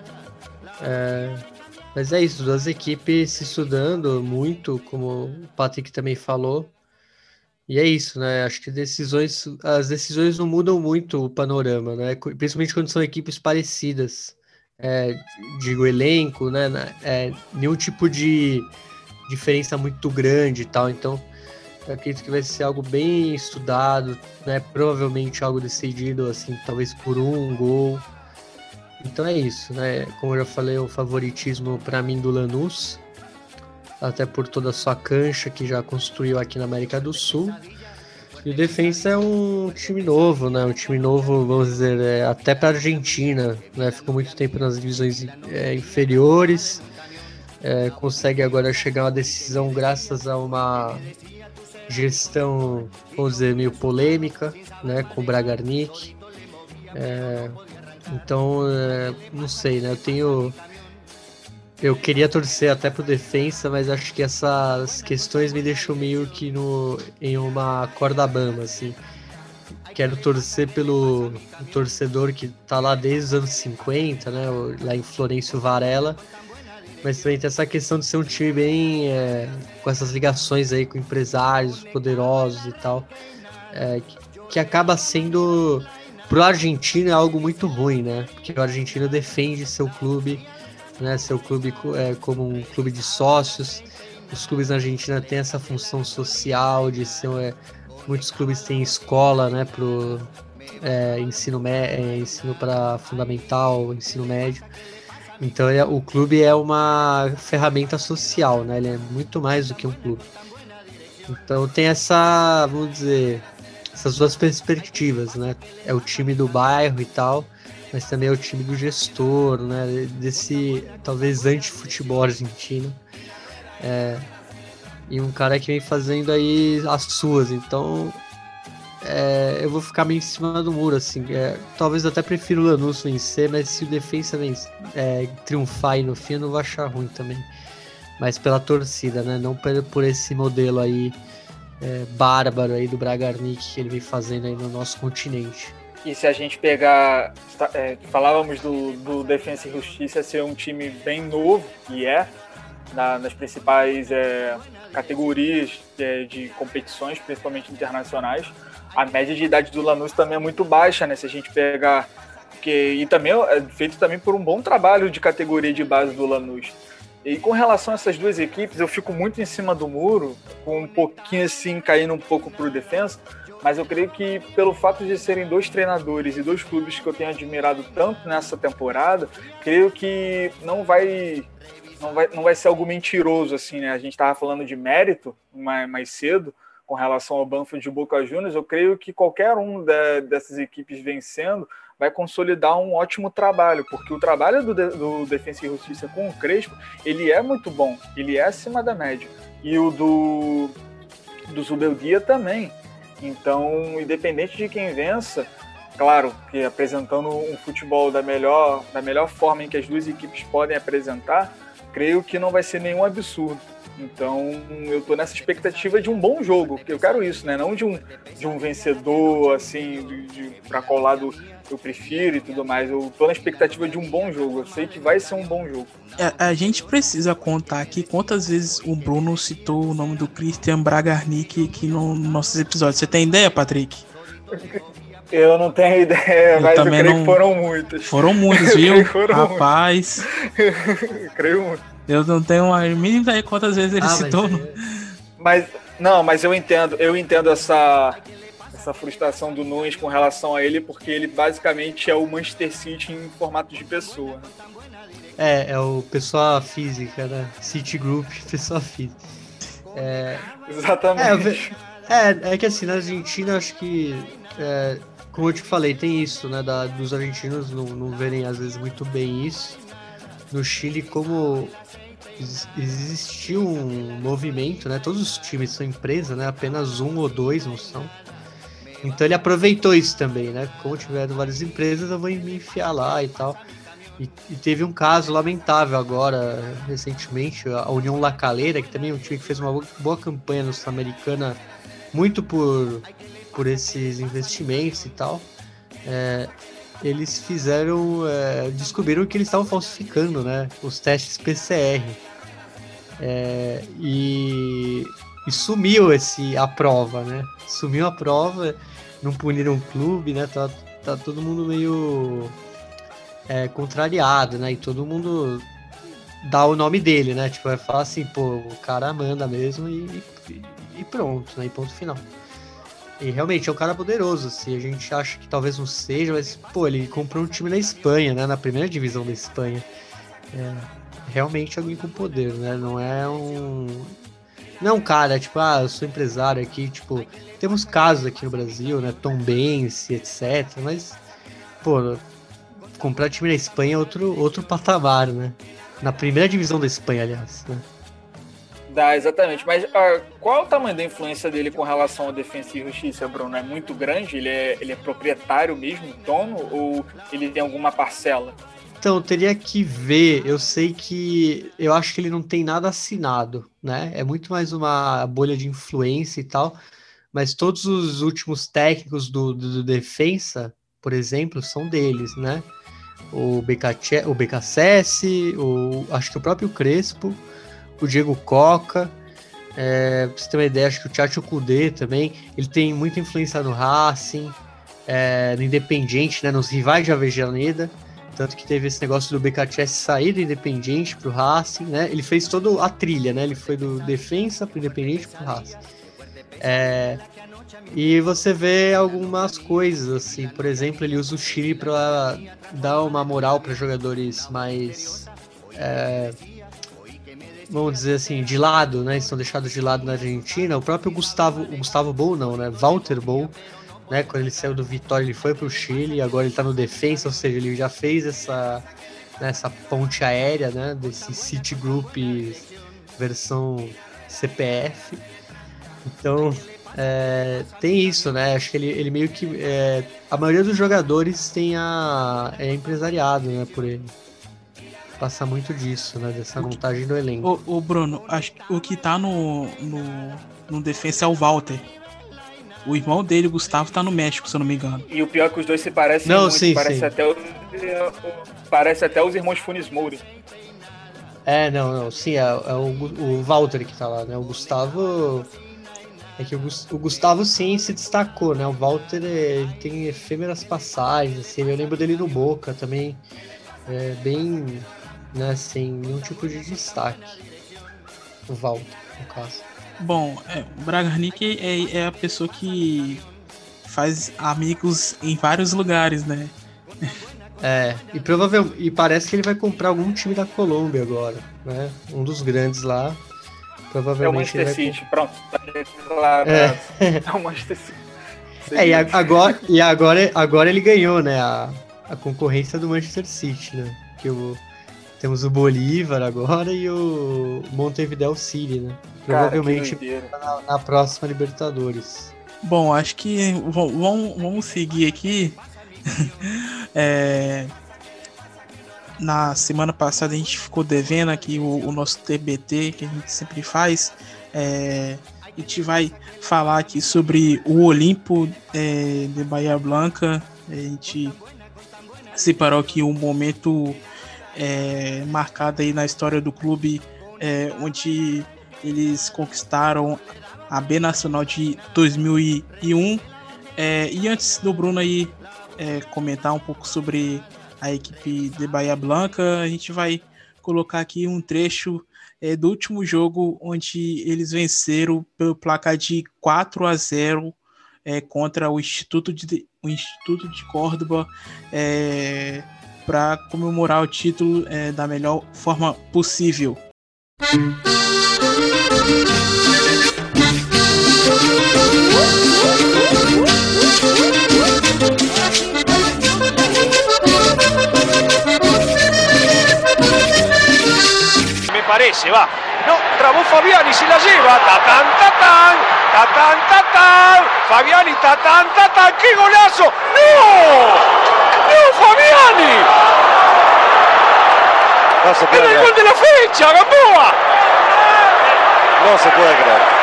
Mas é isso, 2 equipes se estudando muito, como o Patrick também falou. E é isso, né? Acho que as decisões não mudam muito o panorama, né? Principalmente quando são equipes parecidas. Digo, elenco, né? Nenhum tipo de diferença muito grande e tal. Então, eu acredito que vai ser algo bem estudado, né? Provavelmente algo decidido, assim, talvez por 1 gol. Então é isso, né? Como eu já falei, o favoritismo para mim do Lanús, até por toda a sua cancha que já construiu aqui na América do Sul. E o Defensa é um time novo, né? Um time novo, vamos dizer, até para a Argentina, né? Ficou muito tempo nas divisões inferiores, consegue agora chegar a uma decisão graças a uma gestão, vamos dizer, meio polêmica, né? Com o Bragarnik. Então, não sei, né? Eu queria torcer até pro Defensa, mas acho que essas questões me deixam meio que em uma corda bamba, assim. Quero torcer pelo torcedor que tá lá desde os anos 50, né? Lá em Florencio Varela. Mas também tem essa questão de ser um time bem com essas ligações aí com empresários poderosos e tal, que acaba sendo, pro argentino, é algo muito ruim, né? Porque o argentino defende seu clube, né? Seu clube como um clube de sócios. Os clubes na Argentina têm essa função social de ser, muitos clubes têm escola, né? Pro ensino para fundamental, ensino médio. Então o clube é uma ferramenta social, né? Ele é muito mais do que um clube. Então tem vamos dizer, essas 2 perspectivas, né? É o time do bairro e tal, mas também é o time do gestor, né? Desse talvez anti-futebol argentino. E um cara que vem fazendo aí as suas. Então eu vou ficar meio em cima do muro, assim. Talvez eu até prefiro o Lanús vencer, mas se o Defensa triunfar aí no fim, eu não vou achar ruim também. Mas pela torcida, né? Não por esse modelo aí bárbaro aí do Bragarnik que ele vem fazendo aí no nosso continente. E se a gente pegar... falávamos do Defensa e Justiça ser um time bem novo, e nas principais categorias de competições, principalmente internacionais. A média de idade do Lanús também é muito baixa, né? Se a gente pegar... E também é feito também por um bom trabalho de categoria de base do Lanús. E com relação a essas 2 equipes, eu fico muito em cima do muro, com um pouquinho assim, caindo um pouco pro Defensa, mas eu creio que pelo fato de serem 2 treinadores e 2 clubes que eu tenho admirado tanto nessa temporada, creio que não vai ser algo mentiroso, assim, né? A gente estava falando de mérito mais cedo, com relação ao Banfield de Boca Juniors. Eu creio que qualquer dessas equipes vencendo vai consolidar um ótimo trabalho, porque o trabalho do Defensa e Justiça com o Crespo, ele é muito bom, ele é acima da média. E o do Zubeldia também. Então, independente de quem vença, claro que apresentando um futebol da melhor forma em que as 2 equipes podem apresentar, creio que não vai ser nenhum absurdo. Então, eu tô nessa expectativa de um bom jogo, porque eu quero isso, né? Não de um vencedor, assim, pra qual lado eu prefiro e tudo mais. Eu tô na expectativa de um bom jogo. Eu sei que vai ser um bom jogo. A gente precisa contar aqui quantas vezes o Bruno citou o nome do Christian Bragarnik aqui nos nossos episódios. Você tem ideia, Patrick? Eu não tenho ideia, mas eu creio que foram muitas. Foram muitas, viu? Rapaz. Creio muito. Eu não tenho a mínima ideia quantas vezes ele citou. Mas eu entendo essa frustração do Nunes com relação a ele, porque ele basicamente é o Manchester City em formato de pessoa. É o pessoa física, né? City Group, pessoa física. Exatamente. É que assim, na Argentina, acho que, como eu te falei, tem isso, né? Dos argentinos não verem, às vezes, muito bem isso. No Chile, como existiu um movimento, né? Todos os times são empresa, né? Apenas um ou dois não são. Então ele aproveitou isso também, né? Como tiveram várias empresas, eu vou me enfiar lá e tal. E teve um caso lamentável agora, recentemente, a União La Calera, que também é um time que fez uma boa campanha no Sul-Americana, muito por esses investimentos e tal. Eles descobriram que eles estavam falsificando, né, os testes PCR. E sumiu a prova, né? Sumiu a prova, não puniram o clube, né? Tá todo mundo meio contrariado, né? E todo mundo dá o nome dele, né? Tipo, vai falar assim, pô, o cara manda mesmo e pronto, né? E ponto final. E realmente é um cara poderoso, assim, a gente acha que talvez não seja, mas, pô, ele comprou um time na Espanha, né, na primeira divisão da Espanha. Realmente alguém com poder, né, não é um cara, tipo, eu sou empresário aqui, tipo, temos casos aqui no Brasil, né, Tom Benz, etc, mas, pô, comprar time na Espanha é outro patamar, né, na primeira divisão da Espanha, aliás, né. Dá, exatamente. Mas qual é o tamanho da influência dele com relação à Defensa e Justiça, Bruno? É muito grande? Ele é proprietário mesmo, dono? Ou ele tem alguma parcela? Então, teria que ver. Eu acho que ele não tem nada assinado, né? É muito mais uma bolha de influência e tal. Mas todos os últimos técnicos do Defensa, por exemplo, são deles, né? O BKSS, acho que o próprio Crespo, o Diego Coca, pra você ter uma ideia, acho que o Tchatcho Kudê também, ele tem muita influência no Racing, no Independiente, né, nos rivais de Avellaneda, tanto que teve esse negócio do BKTS sair do Independiente pro Racing, né, ele fez toda a trilha, né, ele foi do Defensa pro Independiente pro Racing. E você vê algumas coisas, assim, por exemplo, ele usa o Chile para dar uma moral para jogadores mais... vamos dizer assim, de lado, né? Estão deixados de lado na Argentina. O próprio Gustavo Bou, não, né? Walter Bou, né? Quando ele saiu do Vitória, ele foi pro Chile e agora ele tá no Defensa, ou seja, ele já fez essa ponte aérea, né? Desse City Group versão CPF. Então, tem isso, né? Acho que ele meio que... a maioria dos jogadores é empresariado, né? Por ele. Passa muito disso, né? Dessa montagem do elenco. O Bruno, acho que o que tá no Defensa é o Walter. O irmão dele, o Gustavo, tá no México, se eu não me engano. E o pior é que os dois se parecem muito. Sim. Parece até os irmãos Funes Moura. Não. Sim, é o Walter que tá lá, né? O Gustavo... É que o Gustavo, sim, se destacou, né? O Walter, ele tem efêmeras passagens, assim. Eu lembro dele no Boca também. Bem... né, sem nenhum tipo de destaque. O Walter, no caso. Bom, o Bragarnik é a pessoa que faz amigos em vários lugares, né? E parece que ele vai comprar algum time da Colômbia agora, né? Um dos grandes lá. Provavelmente é o Manchester City, pronto. Tá declarado. É o Manchester City. E agora ele ganhou, né? A concorrência do Manchester City, né? Que temos o Bolívar agora e o Montevideo City, né? Provavelmente na próxima Libertadores. Bom, acho que vamos seguir aqui. na semana passada a gente ficou devendo aqui o nosso TBT, que a gente sempre faz. A gente vai falar aqui sobre o Olimpo de Bahia Blanca. A gente separou aqui um momento marcado aí na história do clube, onde eles conquistaram a B Nacional de 2001. E antes do Bruno aí comentar um pouco sobre a equipe de Bahia Blanca, a gente vai colocar aqui um trecho do último jogo, onde eles venceram pelo placar de 4-0 contra o Instituto de Córdoba, para comemorar o título da melhor forma possível. Parece, va. No, trabó Fabiani, se la lleva. Tatán, tatán. Tatán, tatán. Fabiani, tatán, tatán. ¡Qué golazo! ¡No! ¡No, Fabiani! No se puede ¡Era el creer. gol de la fecha, Gamboa! No se puede creer.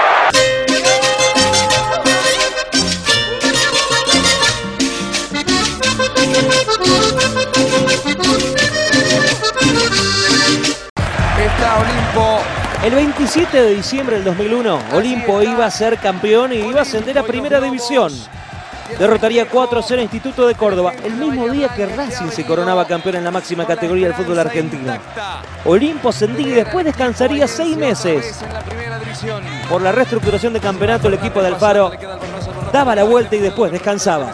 Está Olimpo. El 27 de diciembre del 2001, Olimpo iba a ser campeón y iba a ascender a Primera División. Derrotaría 4-0 a Instituto de Córdoba, el mismo día que Racing se coronaba campeón en la máxima categoría del fútbol argentino. Olimpo ascendía y después descansaría 6 meses. Por la reestructuración de campeonato, el equipo de Alfaro daba la vuelta y después descansaba.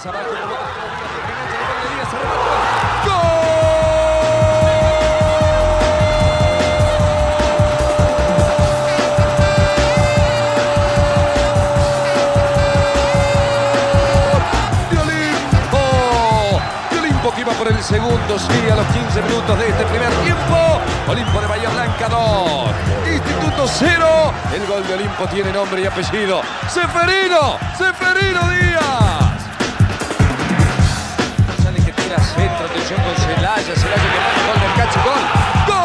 Que iba por el segundo, sí, a los 15 minutos de este primer tiempo. Olimpo de Bahía Blanca 2, Instituto 0. El gol de Olimpo tiene nombre y apellido: Seferino Díaz. González que tira centro, atención con Celaya que manda el gol del cacho, gol.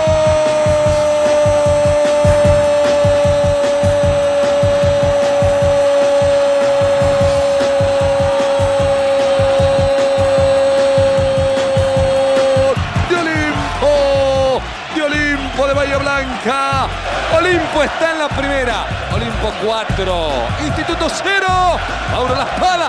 De Bahía Blanca. Olimpo está en la primera. Olimpo 4, Instituto 0. Mauro La Espada.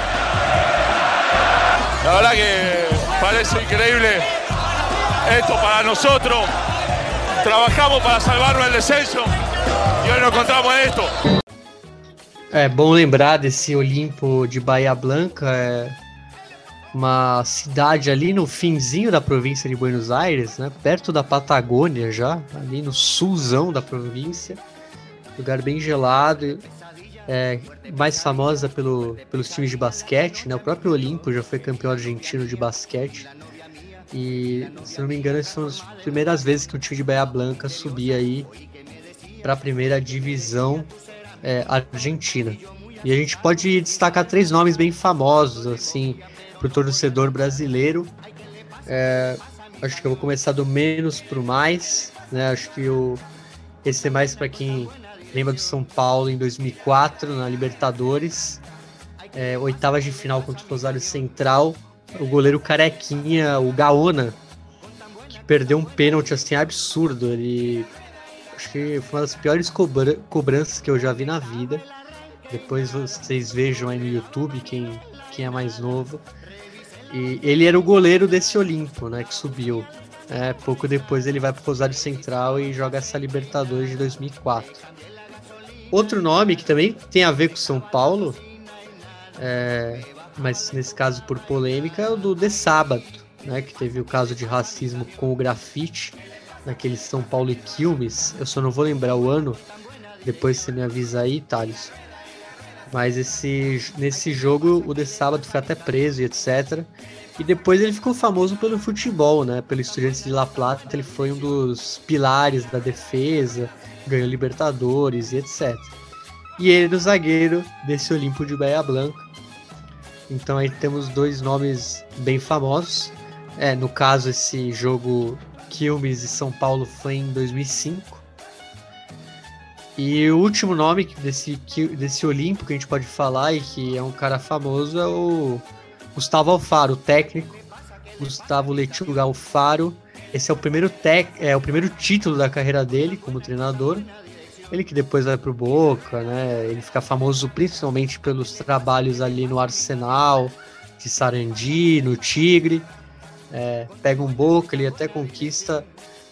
La verdad que parece increíble esto para nosotros. Trabajamos para salvarnos del descenso y hoy nos encontramos en esto. É bom lembrar desse Olimpo de Bahia Blanca, uma cidade ali no finzinho da província de Buenos Aires, né, perto da Patagônia já, ali no sulzão da província, lugar bem gelado, mais famosa pelos times de basquete, né, o próprio Olimpo já foi campeão argentino de basquete, e se não me engano, essas são as primeiras vezes que o time de Bahia Blanca subia aí para a primeira divisão argentina. E a gente pode destacar 3 nomes bem famosos, assim, para o torcedor brasileiro. Acho que eu vou começar do menos para o mais, né? Acho que esse é mais para quem lembra do São Paulo em 2004 na Libertadores, oitavas de final contra o Rosário Central, o goleiro Carequinha, o Gaona, que perdeu um pênalti assim absurdo. Ele acho que foi uma das piores cobranças que eu já vi na vida. Depois vocês vejam aí no YouTube, quem é mais novo. E ele era o goleiro desse Olimpo, né, que subiu. Pouco depois ele vai para o Rosário Central e joga essa Libertadores de 2004. Outro nome que também tem a ver com São Paulo, mas nesse caso por polêmica, é o do De Sábado, né, que teve o caso de racismo com o grafite, naquele São Paulo e Quilmes. Eu só não vou lembrar o ano, depois você me avisa aí, Thales. Mas nesse jogo o De Sábado foi até preso e etc. E depois ele ficou famoso pelo futebol, né? Pelo Estudiantes de La Plata, ele foi um dos pilares da defesa, ganhou Libertadores e etc. E ele é o zagueiro desse Olimpo de Bahia Blanca. Então aí temos 2 nomes bem famosos. No caso, esse jogo Quilmes e São Paulo foi em 2005. E o último nome desse Olímpico que a gente pode falar e que é um cara famoso é o Gustavo Alfaro, o técnico. Gustavo Lechuga Alfaro. Esse é o primeiro título da carreira dele como treinador. Ele que depois vai pro Boca, né? Ele fica famoso principalmente pelos trabalhos ali no Arsenal, de Sarandi, no Tigre. Pega um Boca, ele até conquista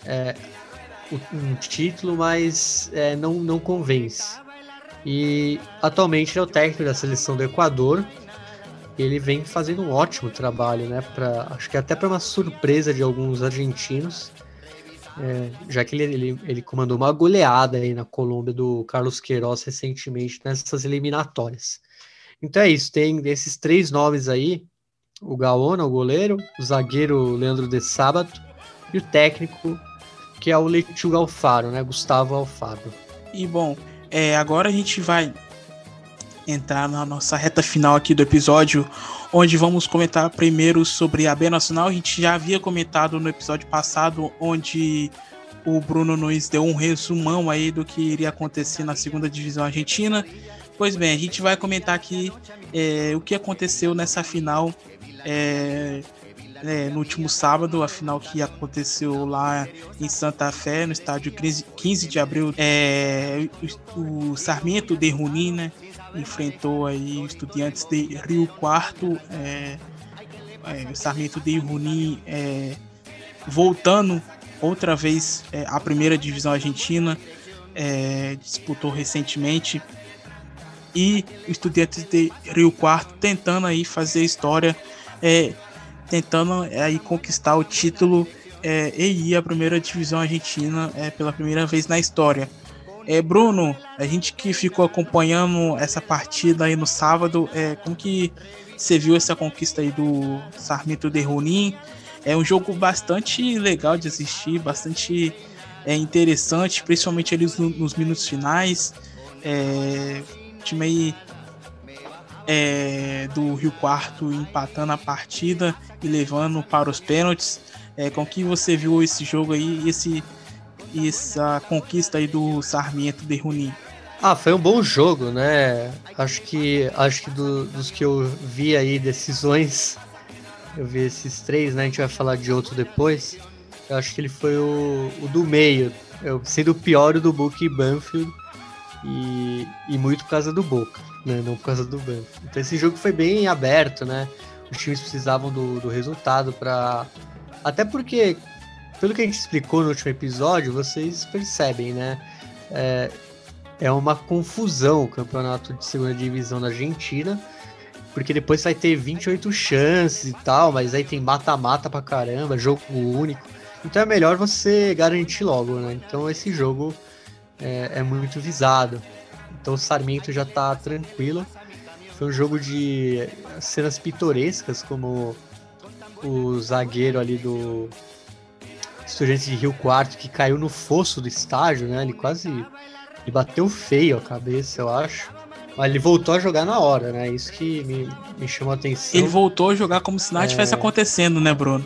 um título, mas não convence. E atualmente ele é o técnico da seleção do Equador. Ele vem fazendo um ótimo trabalho, né? Acho que até para uma surpresa de alguns argentinos, já que ele comandou uma goleada aí na Colômbia do Carlos Queiroz recentemente nessas eliminatórias. Então é isso, tem esses 3 nomes aí: o Gaona, o goleiro, o zagueiro Leandro de Sábato e o técnico, que é o Lechuga Alfaro, né? Gustavo Alfaro. E bom, agora a gente vai entrar na nossa reta final aqui do episódio, onde vamos comentar primeiro sobre a B Nacional. A gente já havia comentado no episódio passado, onde o Bruno Nunes deu um resumão aí do que iria acontecer na segunda divisão argentina. Pois bem, a gente vai comentar aqui o que aconteceu nessa final no último sábado, a final que aconteceu lá em Santa Fé, no estádio 15 de abril. O Sarmiento de Junín, né, enfrentou aí os Estudiantes de Rio Quarto. O Sarmiento de Junín voltando outra vez à primeira divisão argentina, disputou recentemente, e o Estudiantes de Rio Quarto tentando aí fazer história, tentando aí conquistar o título e ir à primeira divisão argentina pela primeira vez na história. Bruno, a gente que ficou acompanhando essa partida aí no sábado, como que você viu essa conquista aí do Sarmiento de Junín? É um jogo bastante legal de assistir, bastante interessante, principalmente ali nos minutos finais. O time aí do Rio Quarto empatando a partida e levando para os pênaltis. Como que você viu esse jogo aí e essa conquista aí do Sarmiento de Junín? Foi um bom jogo, né? Acho que dos que eu vi aí, decisões, eu vi esses 3, né? A gente vai falar de outro depois. Eu acho que ele foi o do meio, sendo o pior o do Boca e Banfield, e muito por causa do Boca, né? Não por causa do Banfield. Então esse jogo foi bem aberto, né? Os times precisavam do resultado até porque, pelo que a gente explicou no último episódio, vocês percebem, né? É uma confusão o campeonato de segunda divisão na Argentina, porque depois vai ter 28 chances e tal, mas aí tem mata-mata pra caramba, jogo único. Então é melhor você garantir logo, né? Então esse jogo é muito visado. Então o Sarmiento já tá tranquilo. Foi um jogo de cenas pitorescas, como o zagueiro ali do Estudiantes de Rio Quarto, que caiu no fosso do estádio, né? Ele bateu feio a cabeça, eu acho. Mas ele voltou a jogar na hora, né? Isso que me chamou a atenção. Ele voltou a jogar como se nada estivesse acontecendo, né, Bruno?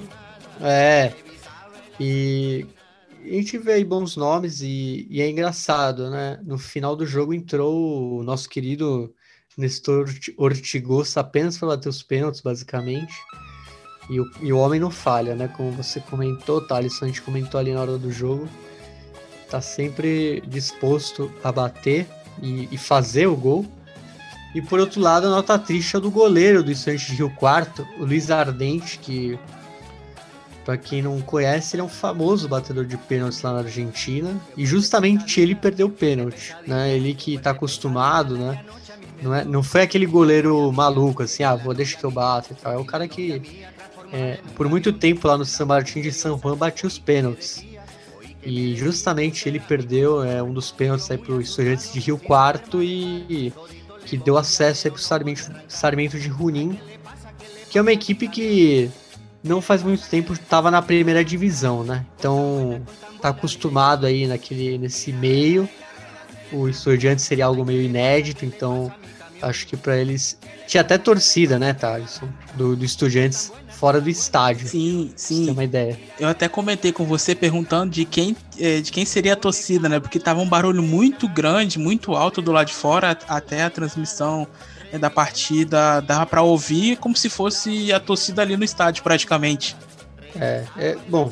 E a gente vê aí bons nomes e é engraçado, né? No final do jogo entrou o nosso querido Nestor Ortigosa apenas para bater os pênaltis, basicamente. E o homem não falha, né? Como você comentou, Thaleson, a gente comentou ali na hora do jogo. Tá sempre disposto a bater e fazer o gol. E por outro lado, a nota triste é do goleiro do Estudiantes de Rio Quarto, o Luiz Ardente, que, para quem não conhece, ele é um famoso batedor de pênaltis lá na Argentina. E justamente ele perdeu o pênalti, né? Ele que tá acostumado, né? Não foi aquele goleiro maluco, assim, deixa que eu bato e tal. É o cara que, por muito tempo lá no San Martín de San Juan, batia os pênaltis. E justamente ele perdeu um dos pênaltis aí pro Estudiantes de Rio Quarto e que deu acesso aí pro Sarmiento de Junín, que é uma equipe que não faz muito tempo estava na primeira divisão, né? Então tá acostumado aí nesse meio. O Estudiantes seria algo meio inédito, então acho que para eles... Tinha até torcida, né, Thaleson? Do Estudiantes fora do estádio. Sim, sim. Pra você ter uma ideia. Eu até comentei com você perguntando de quem seria a torcida, né? Porque tava um barulho muito grande, muito alto do lado de fora, até a transmissão da partida dava para ouvir como se fosse a torcida ali no estádio, praticamente. Bom,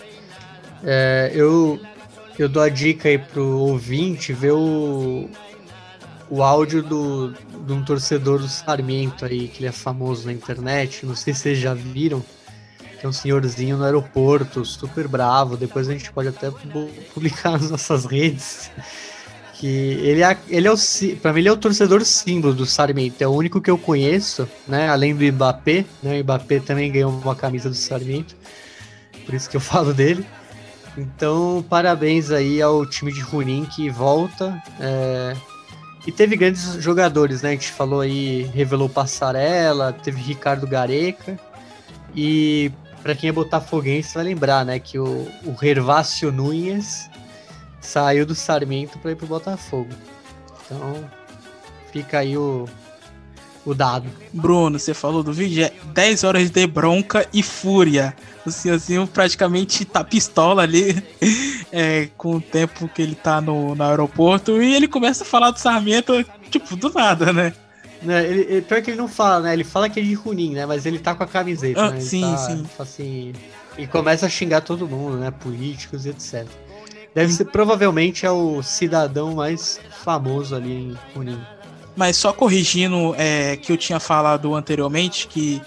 eu dou a dica aí pro ouvinte ver o áudio de um torcedor do Sarmiento aí, que ele é famoso na internet, não sei se vocês já viram, que é um senhorzinho no aeroporto, super bravo, depois a gente pode até publicar nas nossas redes, que ele é pra mim ele é o torcedor símbolo do Sarmiento, é o único que eu conheço, né, além do Mbappé, né, o Mbappé também ganhou uma camisa do Sarmiento, por isso que eu falo dele. Então, parabéns aí ao time de Junín que volta, e teve grandes jogadores, né? A gente falou aí, revelou Passarella, teve Ricardo Gareca. E para quem é botafoguense vai lembrar, né? Que o Gervásio Nunes saiu do Sarmiento para ir pro Botafogo. Então, fica aí o dado. Bruno, você falou do vídeo, 10 horas de bronca e fúria. O senhorzinho praticamente tá pistola ali com o tempo que ele tá no aeroporto e ele começa a falar do Sarmiento, tipo, do nada, né? Pior que ele não fala, né? Ele fala que é de Junín, né? Mas ele tá com a camiseta, né? Sim. Assim, e começa a xingar todo mundo, né? Políticos e etc. Deve ser, provavelmente, é o cidadão mais famoso ali em Junín. Mas só corrigindo que eu tinha falado anteriormente, que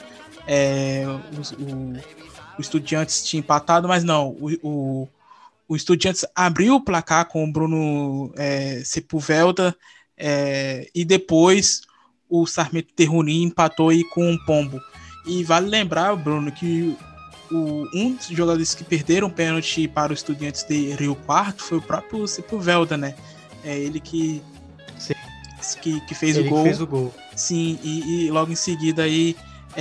o Estudiantes tinha empatado, mas não, o Estudiantes abriu o placar com o Bruno Sepúlveda e depois o Sarmiento de Junín empatou aí com um pombo. E vale lembrar, Bruno, que um dos jogadores que perderam o pênalti para o Estudiantes de Rio Quarto foi o próprio Sepúlveda, né? É ele que fez o gol. Fez o gol. Sim, e logo em seguida aí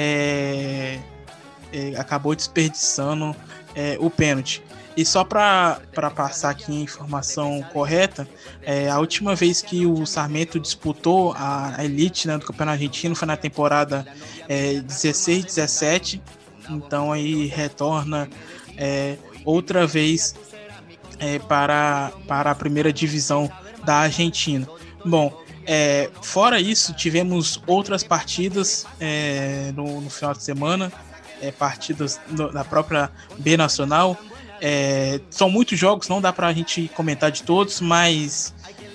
acabou desperdiçando o pênalti. E só para passar aqui a informação correta, a última vez que o Sarmiento disputou a elite, né, do Campeonato Argentino foi na temporada 16-17, então aí retorna outra vez para a primeira divisão da Argentina. Bom, fora isso, tivemos outras partidas no final de semana, partidas da própria B Nacional. São muitos jogos, não dá pra gente comentar de todos, mas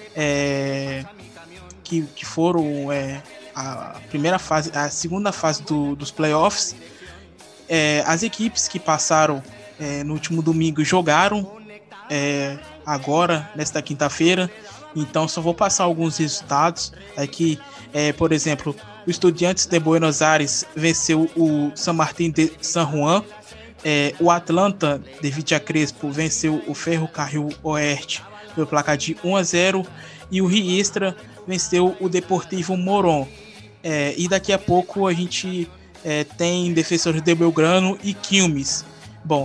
que foram a primeira fase, a segunda fase dos playoffs. As equipes que passaram no último domingo jogaram agora, nesta quinta-feira. Então só vou passar alguns resultados aqui. Por exemplo, o Estudiantes de Buenos Aires venceu o San Martín de San Juan. O Atlanta de Vitia Crespo venceu o Ferrocarril Oeste pelo placar de 1-0 e o Riestra venceu o Deportivo Morón. E daqui a pouco a gente tem Defensores de Belgrano e Quilmes. Bom,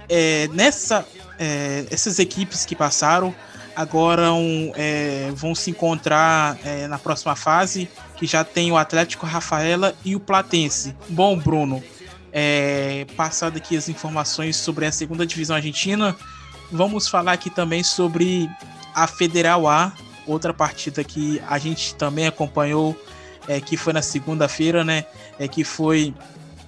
essas equipes que passaram agora vão se encontrar na próxima fase, que já tem o Atlético Rafaela e o Platense. Bom, Bruno, passado aqui as informações sobre a segunda divisão argentina, vamos falar aqui também sobre a Federal A, outra partida que a gente também acompanhou, que foi na segunda-feira, né? Que foi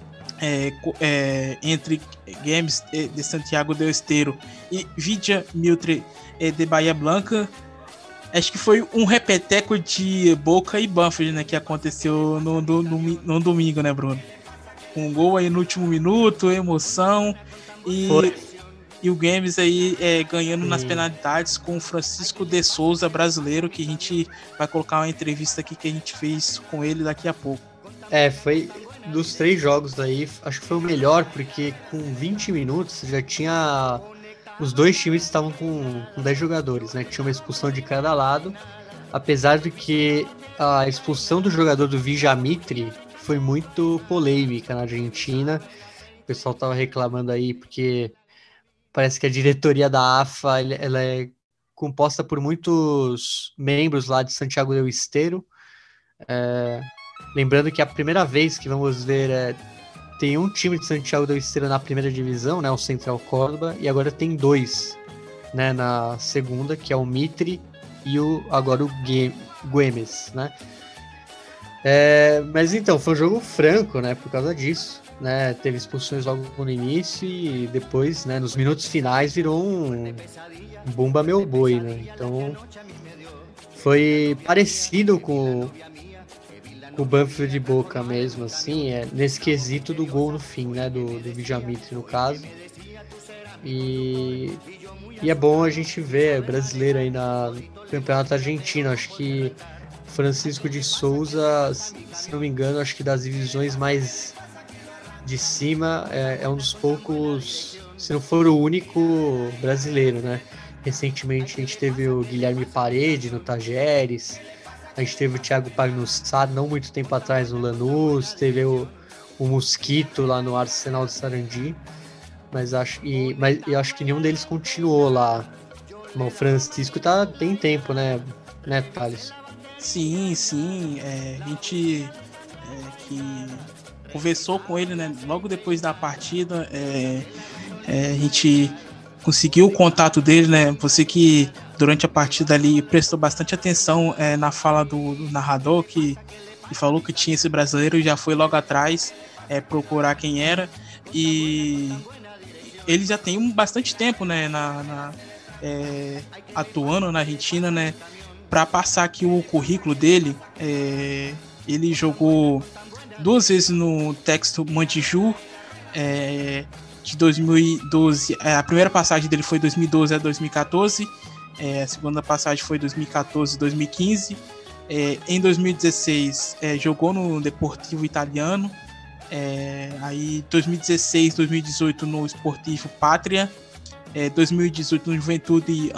entre Games de Santiago del Estero e Vidia Mitre de Bahia Blanca. Acho que foi um repeteco de Boca e Banfield, né, que aconteceu no domingo, né, Bruno? Um gol aí no último minuto, emoção, e o Games aí ganhando nas penalidades com o Francisco de Souza, brasileiro, que a gente vai colocar uma entrevista aqui que a gente fez com ele daqui a pouco. Foi dos 3 jogos aí, acho que foi o melhor, porque com 20 minutos já tinha... Os 2 times estavam com 10 jogadores, né? Tinha uma expulsão de cada lado, apesar de que a expulsão do jogador do Vidia Mitre foi muito polêmica na Argentina. O pessoal tava reclamando aí, porque parece que a diretoria da AFA ela é composta por muitos membros lá de Santiago del Estero, Lembrando que é a primeira vez que vamos ver, tem um time de Santiago del Estero na primeira divisão, né, o Central Córdoba, e agora tem 2, né, na segunda, que é o Mitre e agora o Güemes, né. Mas então, foi um jogo franco, né, por causa disso, né, teve expulsões logo no início e depois, né, nos minutos finais virou um bumba meu boi, né, então foi parecido com o Banfield de Boca mesmo, assim, nesse quesito do gol no fim, né, do Villamitre, no caso. E é bom a gente ver brasileiro aí no Campeonato Argentino. Acho que Francisco de Souza, se não me engano, acho que das divisões mais de cima, é um dos poucos, se não for o único brasileiro, né? Recentemente a gente teve o Guilherme Parede no Tajeres, a gente teve o Thiago Pagnussá não muito tempo atrás no Lanús, teve o Mosquito lá no Arsenal de Sarandi, mas eu acho que nenhum deles continuou lá. O Francisco tem tempo, né Thales? Sim, a gente que conversou com ele, né, logo depois da partida, a gente conseguiu o contato dele, né, você que durante a partida ali prestou bastante atenção na fala do narrador, que falou que tinha esse brasileiro e já foi logo atrás procurar quem era, e ele já tem bastante tempo, né, atuando na Argentina, né. Para passar aqui o currículo dele, ele jogou 2 vezes no Texto Mantijú, de 2012. A primeira passagem dele foi 2012 a 2014, a segunda passagem foi 2014 a 2015. Em 2016 jogou no Deportivo Italiano, aí 2016, 2018 no Sportivo Pátria, 2018 no Juventude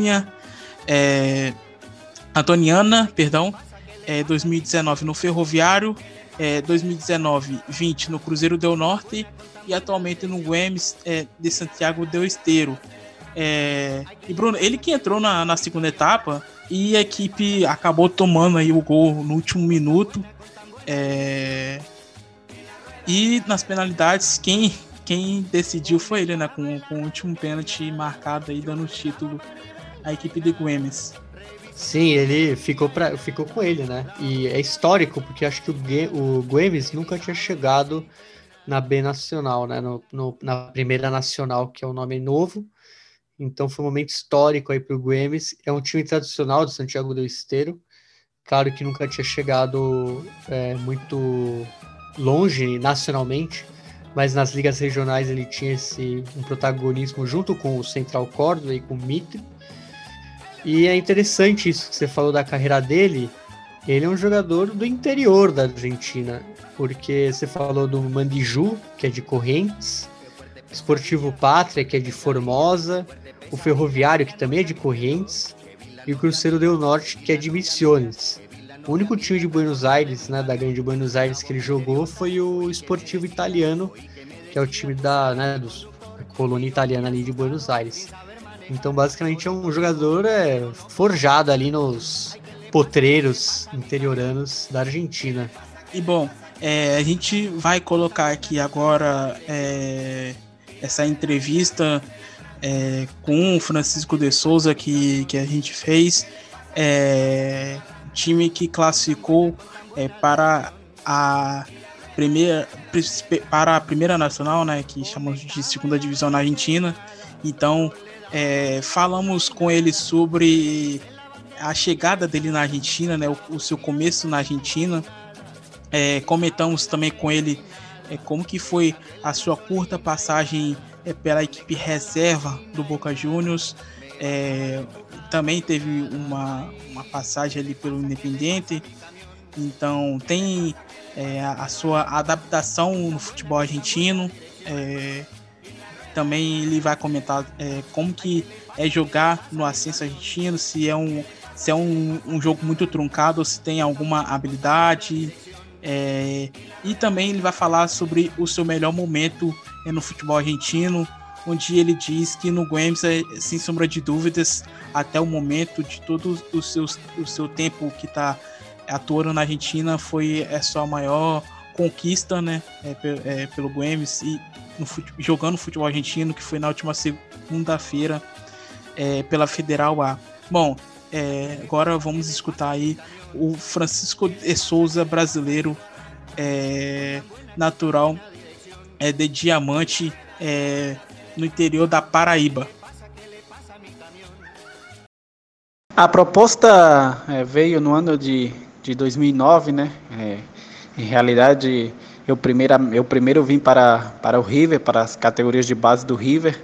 Antoniana, 2019 no Ferroviário, 2019-20 no Cruzeiro del Norte e atualmente no Güemes de Santiago del Estero. E Bruno, ele que entrou na segunda etapa e a equipe acabou tomando aí o gol no último minuto, e nas penalidades quem decidiu foi ele, né, com o último pênalti marcado aí, dando o título à equipe de Güemes. Sim, ele ficou com ele, né? E é histórico, porque acho que o Güemes nunca tinha chegado na B Nacional, né? Na Primeira Nacional, que é um nome novo. Então foi um momento histórico aí para o Güemes. É um time tradicional de Santiago del Estero. Claro que nunca tinha chegado muito longe nacionalmente, mas nas ligas regionais ele tinha um protagonismo junto com o Central Córdoba e com o Mitre. E é interessante isso que você falou da carreira dele. Ele é um jogador do interior da Argentina, porque você falou do Mandijú, que é de Corrientes, Sportivo Pátria, que é de Formosa, o Ferroviário, que também é de Corrientes, e o Cruzeiro del Norte, que é de Misiones. O único time de Buenos Aires, né, da grande Buenos Aires, que ele jogou foi o Sportivo Italiano, que é o time da colônia italiana ali de Buenos Aires. Então, basicamente, é um jogador forjado ali nos potreiros interioranos da Argentina. E, bom, a gente vai colocar aqui agora essa entrevista com o Francisco de Souza que a gente fez. Time que classificou para a Primeira Nacional, né, que chamamos de segunda divisão na Argentina. Então, falamos com ele sobre a chegada dele na Argentina, né, o seu começo na Argentina. Comentamos também com ele como que foi a sua curta passagem pela equipe reserva do Boca Juniors. Também teve uma passagem ali pelo Independiente. Então tem a sua adaptação no futebol argentino. Também ele vai comentar como que é jogar no Ascenso argentino, se é um jogo muito truncado ou se tem alguma habilidade. E também ele vai falar sobre o seu melhor momento no futebol argentino, onde ele diz que no Güemes, sem sombra de dúvidas, até o momento de todo o seu tempo que está atuando na Argentina foi sua maior conquista, né, pelo Güemes e jogando futebol argentino, que foi na última segunda-feira pela Federal A. Bom, agora vamos escutar aí o Francisco de Souza, brasileiro, natural de Diamante, no interior da Paraíba. A proposta veio no ano de 2009, né? Em realidade, eu primeiro vim para o River, para as categorias de base do River.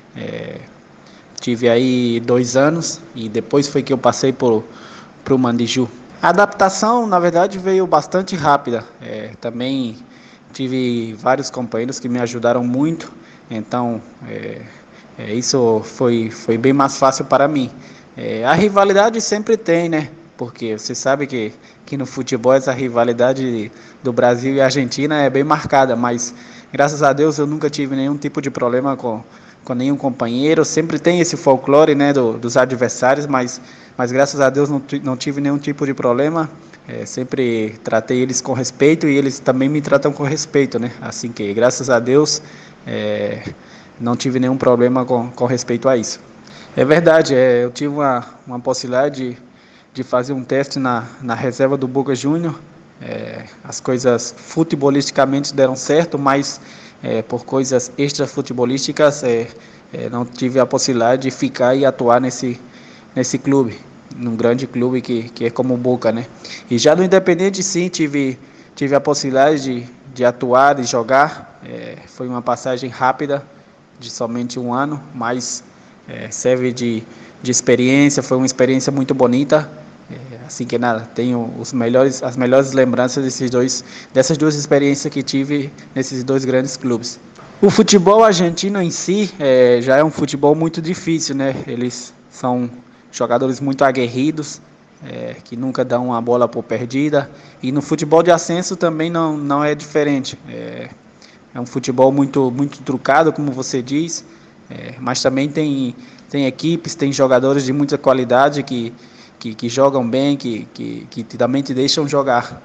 Tive aí 2 anos e depois foi que eu passei para o Mandiju. A adaptação, na verdade, veio bastante rápida. Também tive vários companheiros que me ajudaram muito, então isso foi bem mais fácil para mim. A rivalidade sempre tem, né? Porque você sabe que no futebol essa rivalidade do Brasil e Argentina é bem marcada, mas graças a Deus eu nunca tive nenhum tipo de problema com nenhum companheiro. Sempre tem esse folclore, né, dos adversários, mas graças a Deus não tive nenhum tipo de problema. Sempre tratei eles com respeito e eles também me tratam com respeito, né? Assim que, graças a Deus, não tive nenhum problema com respeito a isso. É verdade, eu tive uma possibilidade de fazer um teste na reserva do Boca Júnior. As coisas futebolisticamente deram certo, mas por coisas extrafutebolísticas não tive a possibilidade de ficar e atuar nesse clube, num grande clube que é como o Boca, né? E já no Independente, sim, tive a possibilidade de atuar, de jogar. Foi uma passagem rápida, de somente 1 ano, mas serve de experiência. Foi uma experiência muito bonita. Assim que nada, tenho as melhores lembranças dessas duas experiências que tive nesses 2 grandes clubes. O futebol argentino em si já é um futebol muito difícil, né? Eles são jogadores muito aguerridos, que nunca dão uma bola por perdida. E no futebol de ascenso também não é diferente. É um futebol muito, muito trucado, como você diz, mas também tem equipes, tem jogadores de muita qualidade que jogam bem, que também te deixam jogar.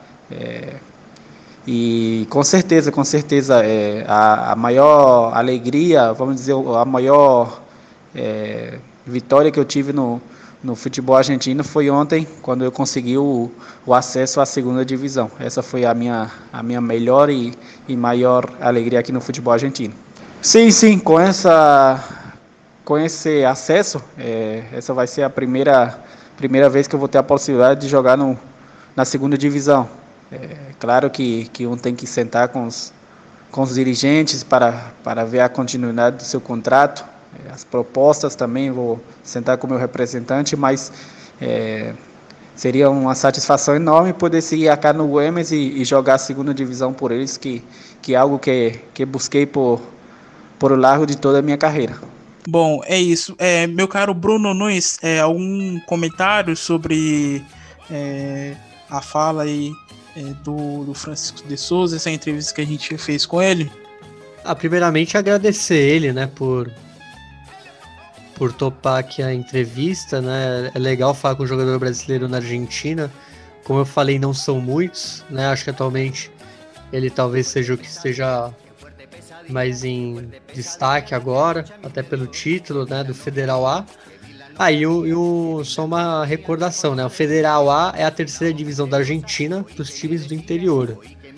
E com certeza, a maior alegria, vamos dizer, a maior vitória que eu tive no futebol argentino foi ontem, quando eu consegui o acesso à 2ª divisão. Essa foi a minha melhor e maior alegria aqui no futebol argentino. Sim, com esse acesso, essa vai ser a primeira vez que eu vou ter a possibilidade de jogar na 2ª divisão. Claro que um tem que sentar com os dirigentes para ver a continuidade do seu contrato, as propostas também, vou sentar com o meu representante, mas seria uma satisfação enorme poder seguir acá no Güemes e jogar a 2ª divisão por eles, que é algo que busquei por o largo de toda a minha carreira. Bom, é isso. Meu caro Bruno Nunes, algum comentário sobre a fala aí do Francisco de Souza, essa entrevista que a gente fez com ele? Primeiramente agradecer ele, né, por topar aqui a entrevista, né? É legal falar com um jogador brasileiro na Argentina. Como eu falei, não são muitos, né? Acho que atualmente ele talvez seja o que esteja mais em destaque agora, até pelo título, né, do Federal A. Só uma recordação, né? O Federal A é a 3ª divisão da Argentina dos times do interior.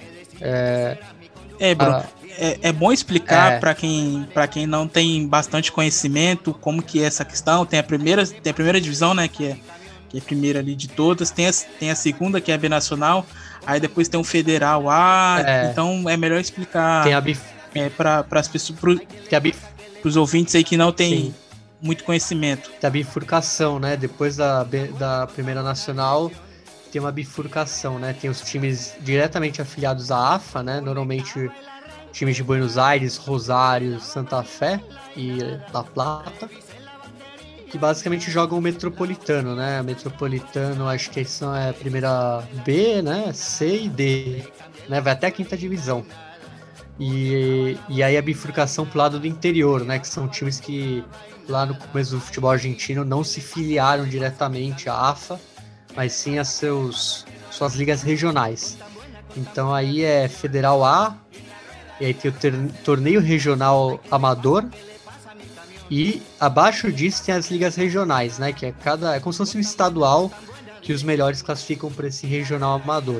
Bruno, é bom explicar para quem não tem bastante conhecimento como que é essa questão. Tem a primeira divisão, né, que é a primeira ali de todas, tem a 2ª, que é a B-Nacional, aí depois tem o Federal A, então é melhor explicar para as pessoas, para os ouvintes aí que não tem muito conhecimento. Tem a bifurcação, né? Depois da Primeira Nacional tem uma bifurcação, né? Tem os times diretamente afiliados à AFA, né? Normalmente times de Buenos Aires, Rosário, Santa Fé e La Plata, que basicamente jogam o Metropolitano, né? Metropolitano, acho que são a primeira B, né? C e D, né? Vai até a 5ª divisão. E aí a bifurcação pro lado do interior, né? Que são times que lá no começo do futebol argentino não se filiaram diretamente à AFA, mas sim a seus são as ligas regionais. Então aí é Federal A, e aí tem o torneio regional amador, e abaixo disso tem as ligas regionais, né? Que é como se fosse um estadual que os melhores classificam para esse regional amador.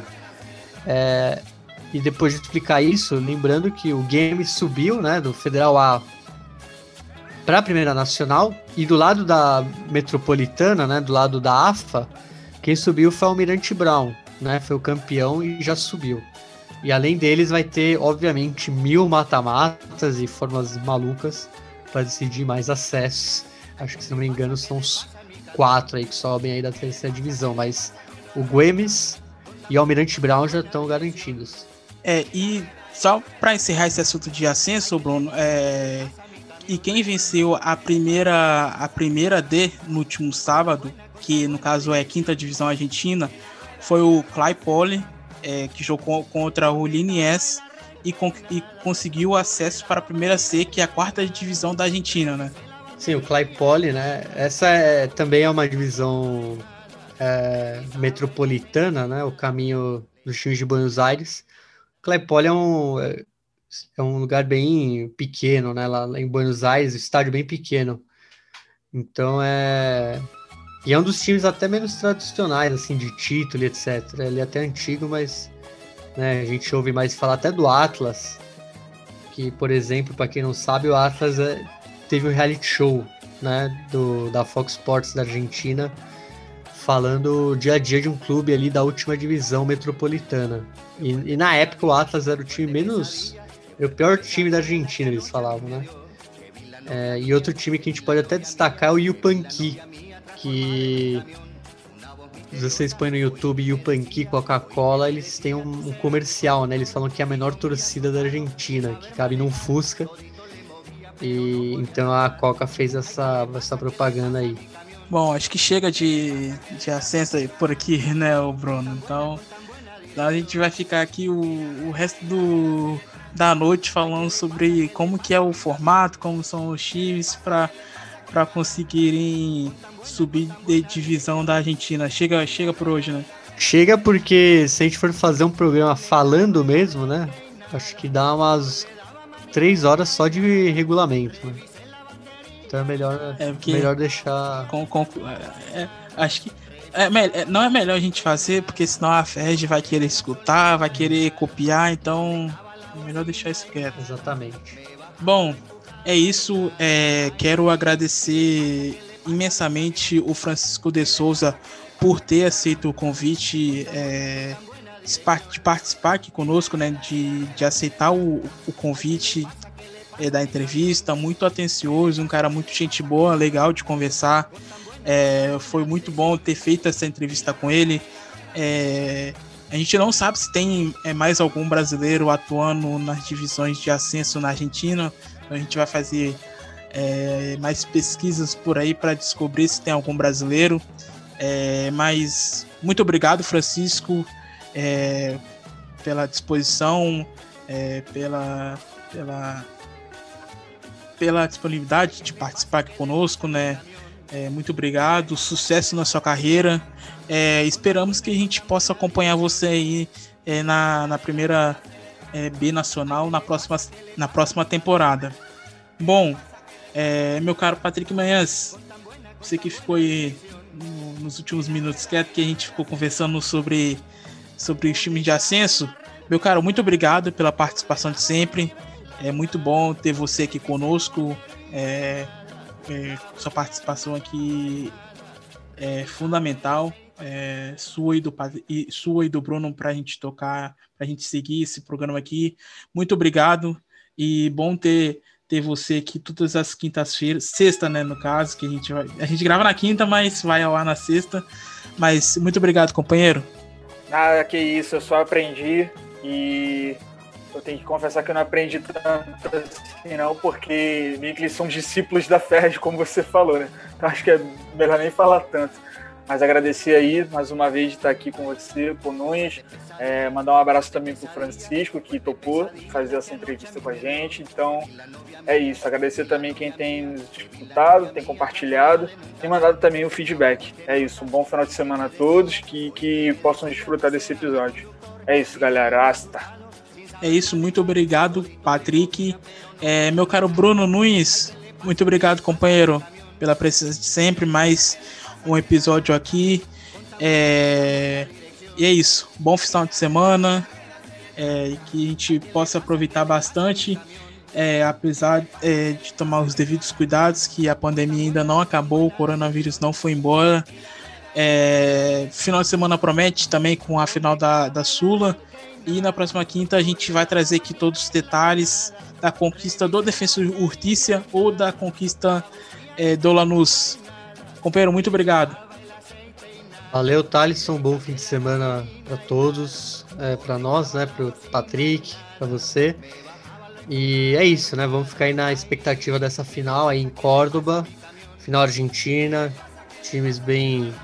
E depois de explicar isso, lembrando que o Game subiu, né, do Federal A para a Primeira Nacional, e do lado da Metropolitana, né, do lado da AFA, quem subiu foi o Almirante Brown, né, foi o campeão e já subiu. E além deles vai ter, obviamente, 1000 mata-matas e formas malucas para decidir mais acessos. Acho que, se não me engano, são os 4 aí que sobem aí da terceira divisão, mas o Güemes e o Almirante Brown já estão garantidos. E só para encerrar esse assunto de ascenso, Bruno, e quem venceu a primeira D no último sábado, que no caso é a 5ª divisão argentina, foi o Claypole, que jogou contra o Liniers e conseguiu acesso para a primeira C, que é a 4ª divisão da Argentina, né? Sim, o Claypole, né? Essa também é uma divisão metropolitana, né? O caminho dos times de Buenos Aires. Claypole é um lugar bem pequeno, né? Lá em Buenos Aires, estádio bem pequeno. Então E é um dos times até menos tradicionais, assim, de título, etc. Ele é até antigo, mas, né, a gente ouve mais falar até do Atlas, que, por exemplo, para quem não sabe, o Atlas teve um reality show, né, da Fox Sports da Argentina, falando o dia a dia de um clube ali da última divisão metropolitana. E na época o Atlas era o time era o pior time da Argentina, eles falavam, né? E outro time que a gente pode até destacar é o Yupanqui, que vocês põem no YouTube Yupanqui Coca-Cola, eles têm um comercial, né? Eles falam que é a menor torcida da Argentina, que cabe num Fusca. E então a Coca fez essa propaganda aí. Bom, acho que chega de ascenso aí por aqui, né, o Bruno? Então a gente vai ficar aqui o resto da noite falando sobre como que é o formato, como são os times para conseguirem subir de divisão da Argentina. Chega por hoje, né? Chega porque se a gente for fazer um programa falando mesmo, né? Acho que dá umas 3 horas só de regulamento, né? Então é melhor deixar... acho que não é melhor a gente fazer, porque senão a FERJ vai querer escutar, vai querer copiar, então é melhor deixar isso quieto. Exatamente. Bom, é isso. Quero agradecer imensamente o Francisco de Souza por ter aceito o convite de participar aqui conosco, né, de aceitar o convite da entrevista. Muito atencioso, um cara muito gente boa, legal de conversar. Foi muito bom ter feito essa entrevista com ele. A gente não sabe se tem mais algum brasileiro atuando nas divisões de ascenso na Argentina. Então a gente vai fazer mais pesquisas por aí para descobrir se tem algum brasileiro. Mas muito obrigado, Francisco, pela disposição, pela disponibilidade de participar aqui conosco, né? Muito obrigado, sucesso na sua carreira. Esperamos que a gente possa acompanhar você aí na primeira B Nacional na próxima temporada. Bom, meu caro Patrick Manhãs, você que ficou aí nos últimos minutos quieto, que a gente ficou conversando sobre os times de ascenso. Meu caro, muito obrigado pela participação de sempre. É muito bom ter você aqui conosco. Sua participação aqui é fundamental. Sua e do Bruno, para a gente tocar, para a gente seguir esse programa aqui. Muito obrigado e bom ter você aqui todas as quintas-feiras, sexta, né, no caso, que a gente grava na quinta, mas vai ao ar na sexta. Mas muito obrigado, companheiro. Nada, que isso, eu só aprendi e eu tenho que confessar que eu não aprendi tanto assim não, porque meio que eles são discípulos da FERJ, como você falou, né? Então acho que é melhor nem falar tanto. Mas agradecer aí, mais uma vez, de estar aqui com você, com o Nunes. Mandar um abraço também para o Francisco, que topou fazer essa entrevista com a gente. Então, é isso. Agradecer também quem tem nos escutado, tem compartilhado e mandado também o feedback. É isso. Um bom final de semana a todos, que possam desfrutar desse episódio. É isso, galera. Hasta. É isso. Muito obrigado, Patrick. Meu caro Bruno Nunes, muito obrigado, companheiro, pela presença de sempre. Mais um episódio aqui. E é isso. Bom final de semana. Que a gente possa aproveitar bastante. Apesar de tomar os devidos cuidados, que a pandemia ainda não acabou, o coronavírus não foi embora. Final de semana promete também com a final da Sula. E na próxima quinta a gente vai trazer aqui todos os detalhes da conquista do Defensor Urtícia ou da conquista do Lanús. Companheiro, muito obrigado. Valeu, Thalisson. Bom fim de semana para todos, para nós, né, para o Patrick, para você. E é isso, né? Vamos ficar aí na expectativa dessa final aí em Córdoba, final argentina, times bem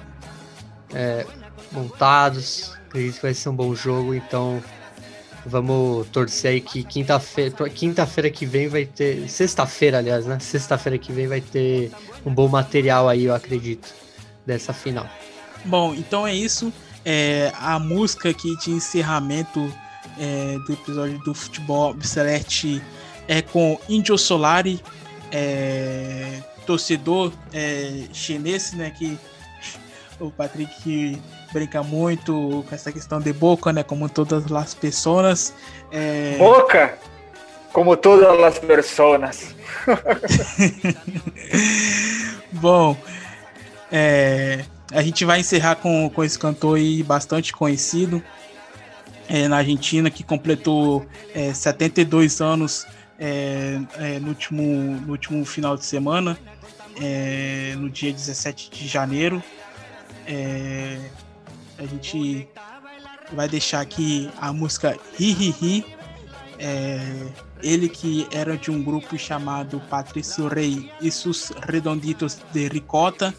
montados. Acredito que vai ser um bom jogo, então vamos torcer aí que quinta-feira que vem vai ter... Sexta-feira, aliás, né? Sexta-feira que vem vai ter um bom material aí, eu acredito, dessa final. Bom, então é isso. A música aqui de encerramento do episódio do Futebol Celeste é com Índio Solari, torcedor chinês, né? Que o Patrick brinca muito com essa questão de boca, né? Como todas as pessoas. Boca! Como todas as pessoas. Bom, a gente vai encerrar com esse cantor aí bastante conhecido na Argentina, que completou 72 anos no último final de semana, no dia 17 de janeiro. A gente vai deixar aqui a música Hi Hi Hi. Ele que era de um grupo chamado Patricio Rey e sus Redonditos de Ricota,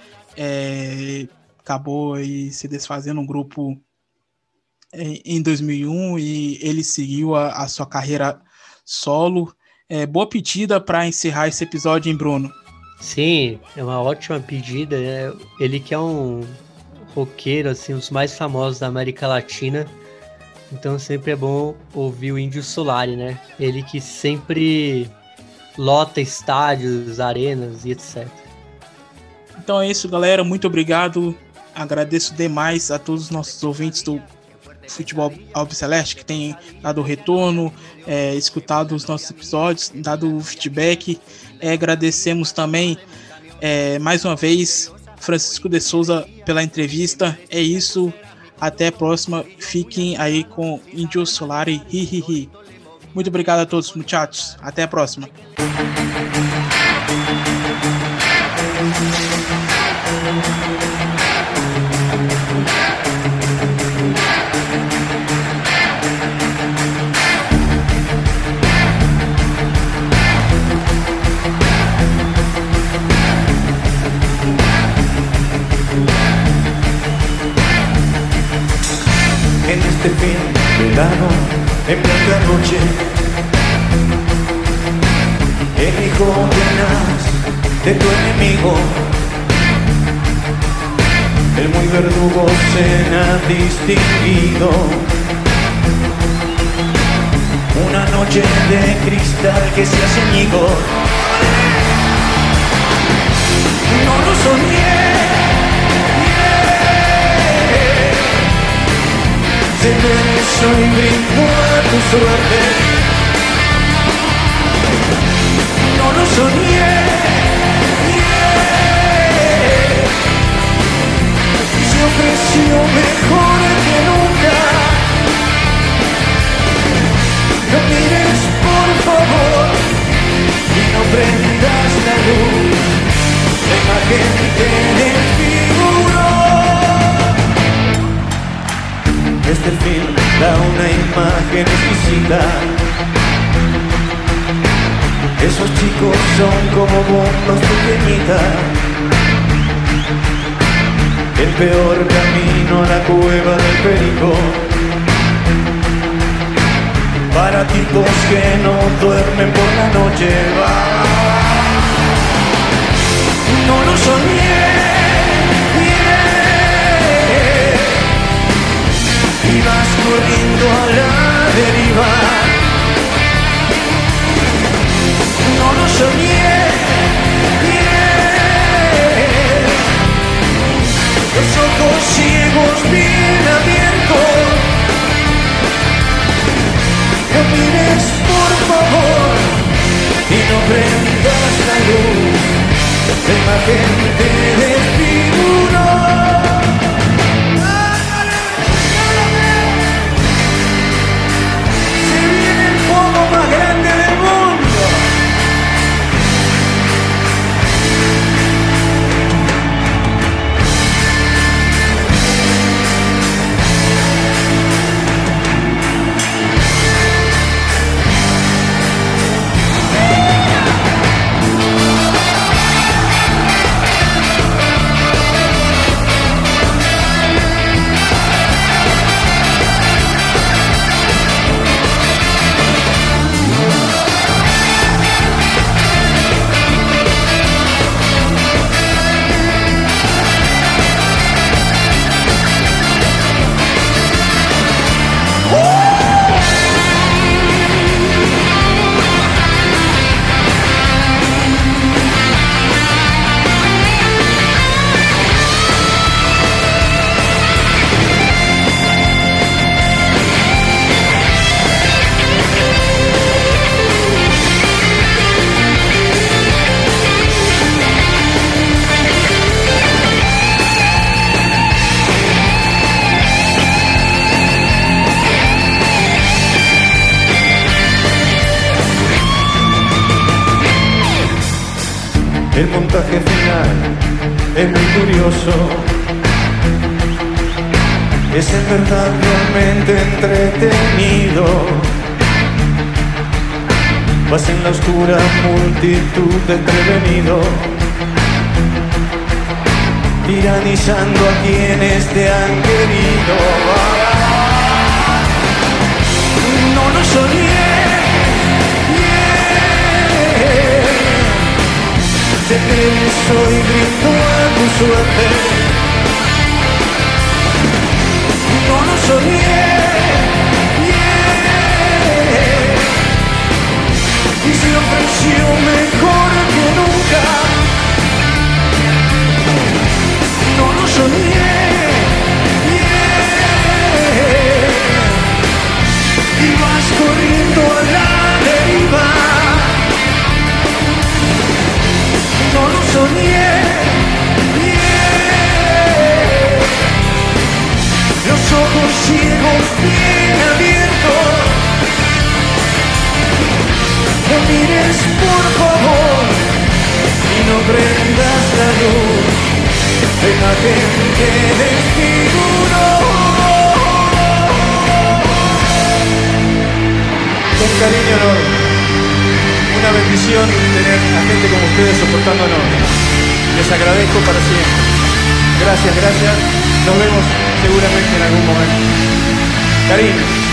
acabou aí se desfazendo um grupo em 2001 e ele seguiu a sua carreira solo. Boa pedida para encerrar esse episódio, hein, Bruno? Sim, é uma ótima pedida. Ele que é um roqueiro, assim, um dos mais famosos da América Latina. Então sempre é bom ouvir o Índio Solari, né? Ele que sempre lota estádios, arenas e etc. Então é isso, galera. Muito obrigado. Agradeço demais a todos os nossos ouvintes do Futebol Albiceleste que tem dado retorno, escutado os nossos episódios, dado o feedback. Agradecemos também mais uma vez Francisco de Souza pela entrevista. É isso. Até a próxima. Fiquem aí com Índio Solari. Hi, hi, hi. Muito obrigado a todos, muchachos. Até a próxima. En este fin de verano, en blanca noche, el hijo tenaz de tu enemigo, el muy verdugo cena distinguido. Una noche de cristal que se hace añigo. No lo soñé. Se beso y brindo a tu suerte. No lo soñé. Se ofreció mejor que nunca. No mires por favor y no prendas la luz. La imagen te desfiguró. Este film da una imagen exquisita. Esos chicos son como bombas pequeñitas. el peor camino a la cueva del perico. Para tipos que no duermen por la noche, va. No lo soñé, ibas corriendo a la deriva. No lo soñé, los ojos ciegos bien abiertos. No mires por favor y no prendas la luz, la imagen te desfiguró. Más grande del mundo. El montaje final es muy curioso, es en verdad realmente entretenido. Vas en la oscura multitud de prevenidos, tiranizando a quienes te han querido. No lo soñé. Te beso y brindo a tu suerte. No lo soñé, y se ofreció mejor que nunca. No lo soñé, y vas corriendo a la deriva. No lo soñé, los ojos ciegos bien abiertos. No mires por favor y no prendas la luz, la imagen que desfiguró. Con cariño enorme. Una bendición tener a gente como ustedes soportándonos. Les agradezco para siempre. Gracias, gracias. Nos vemos seguramente en algún momento. Cariño.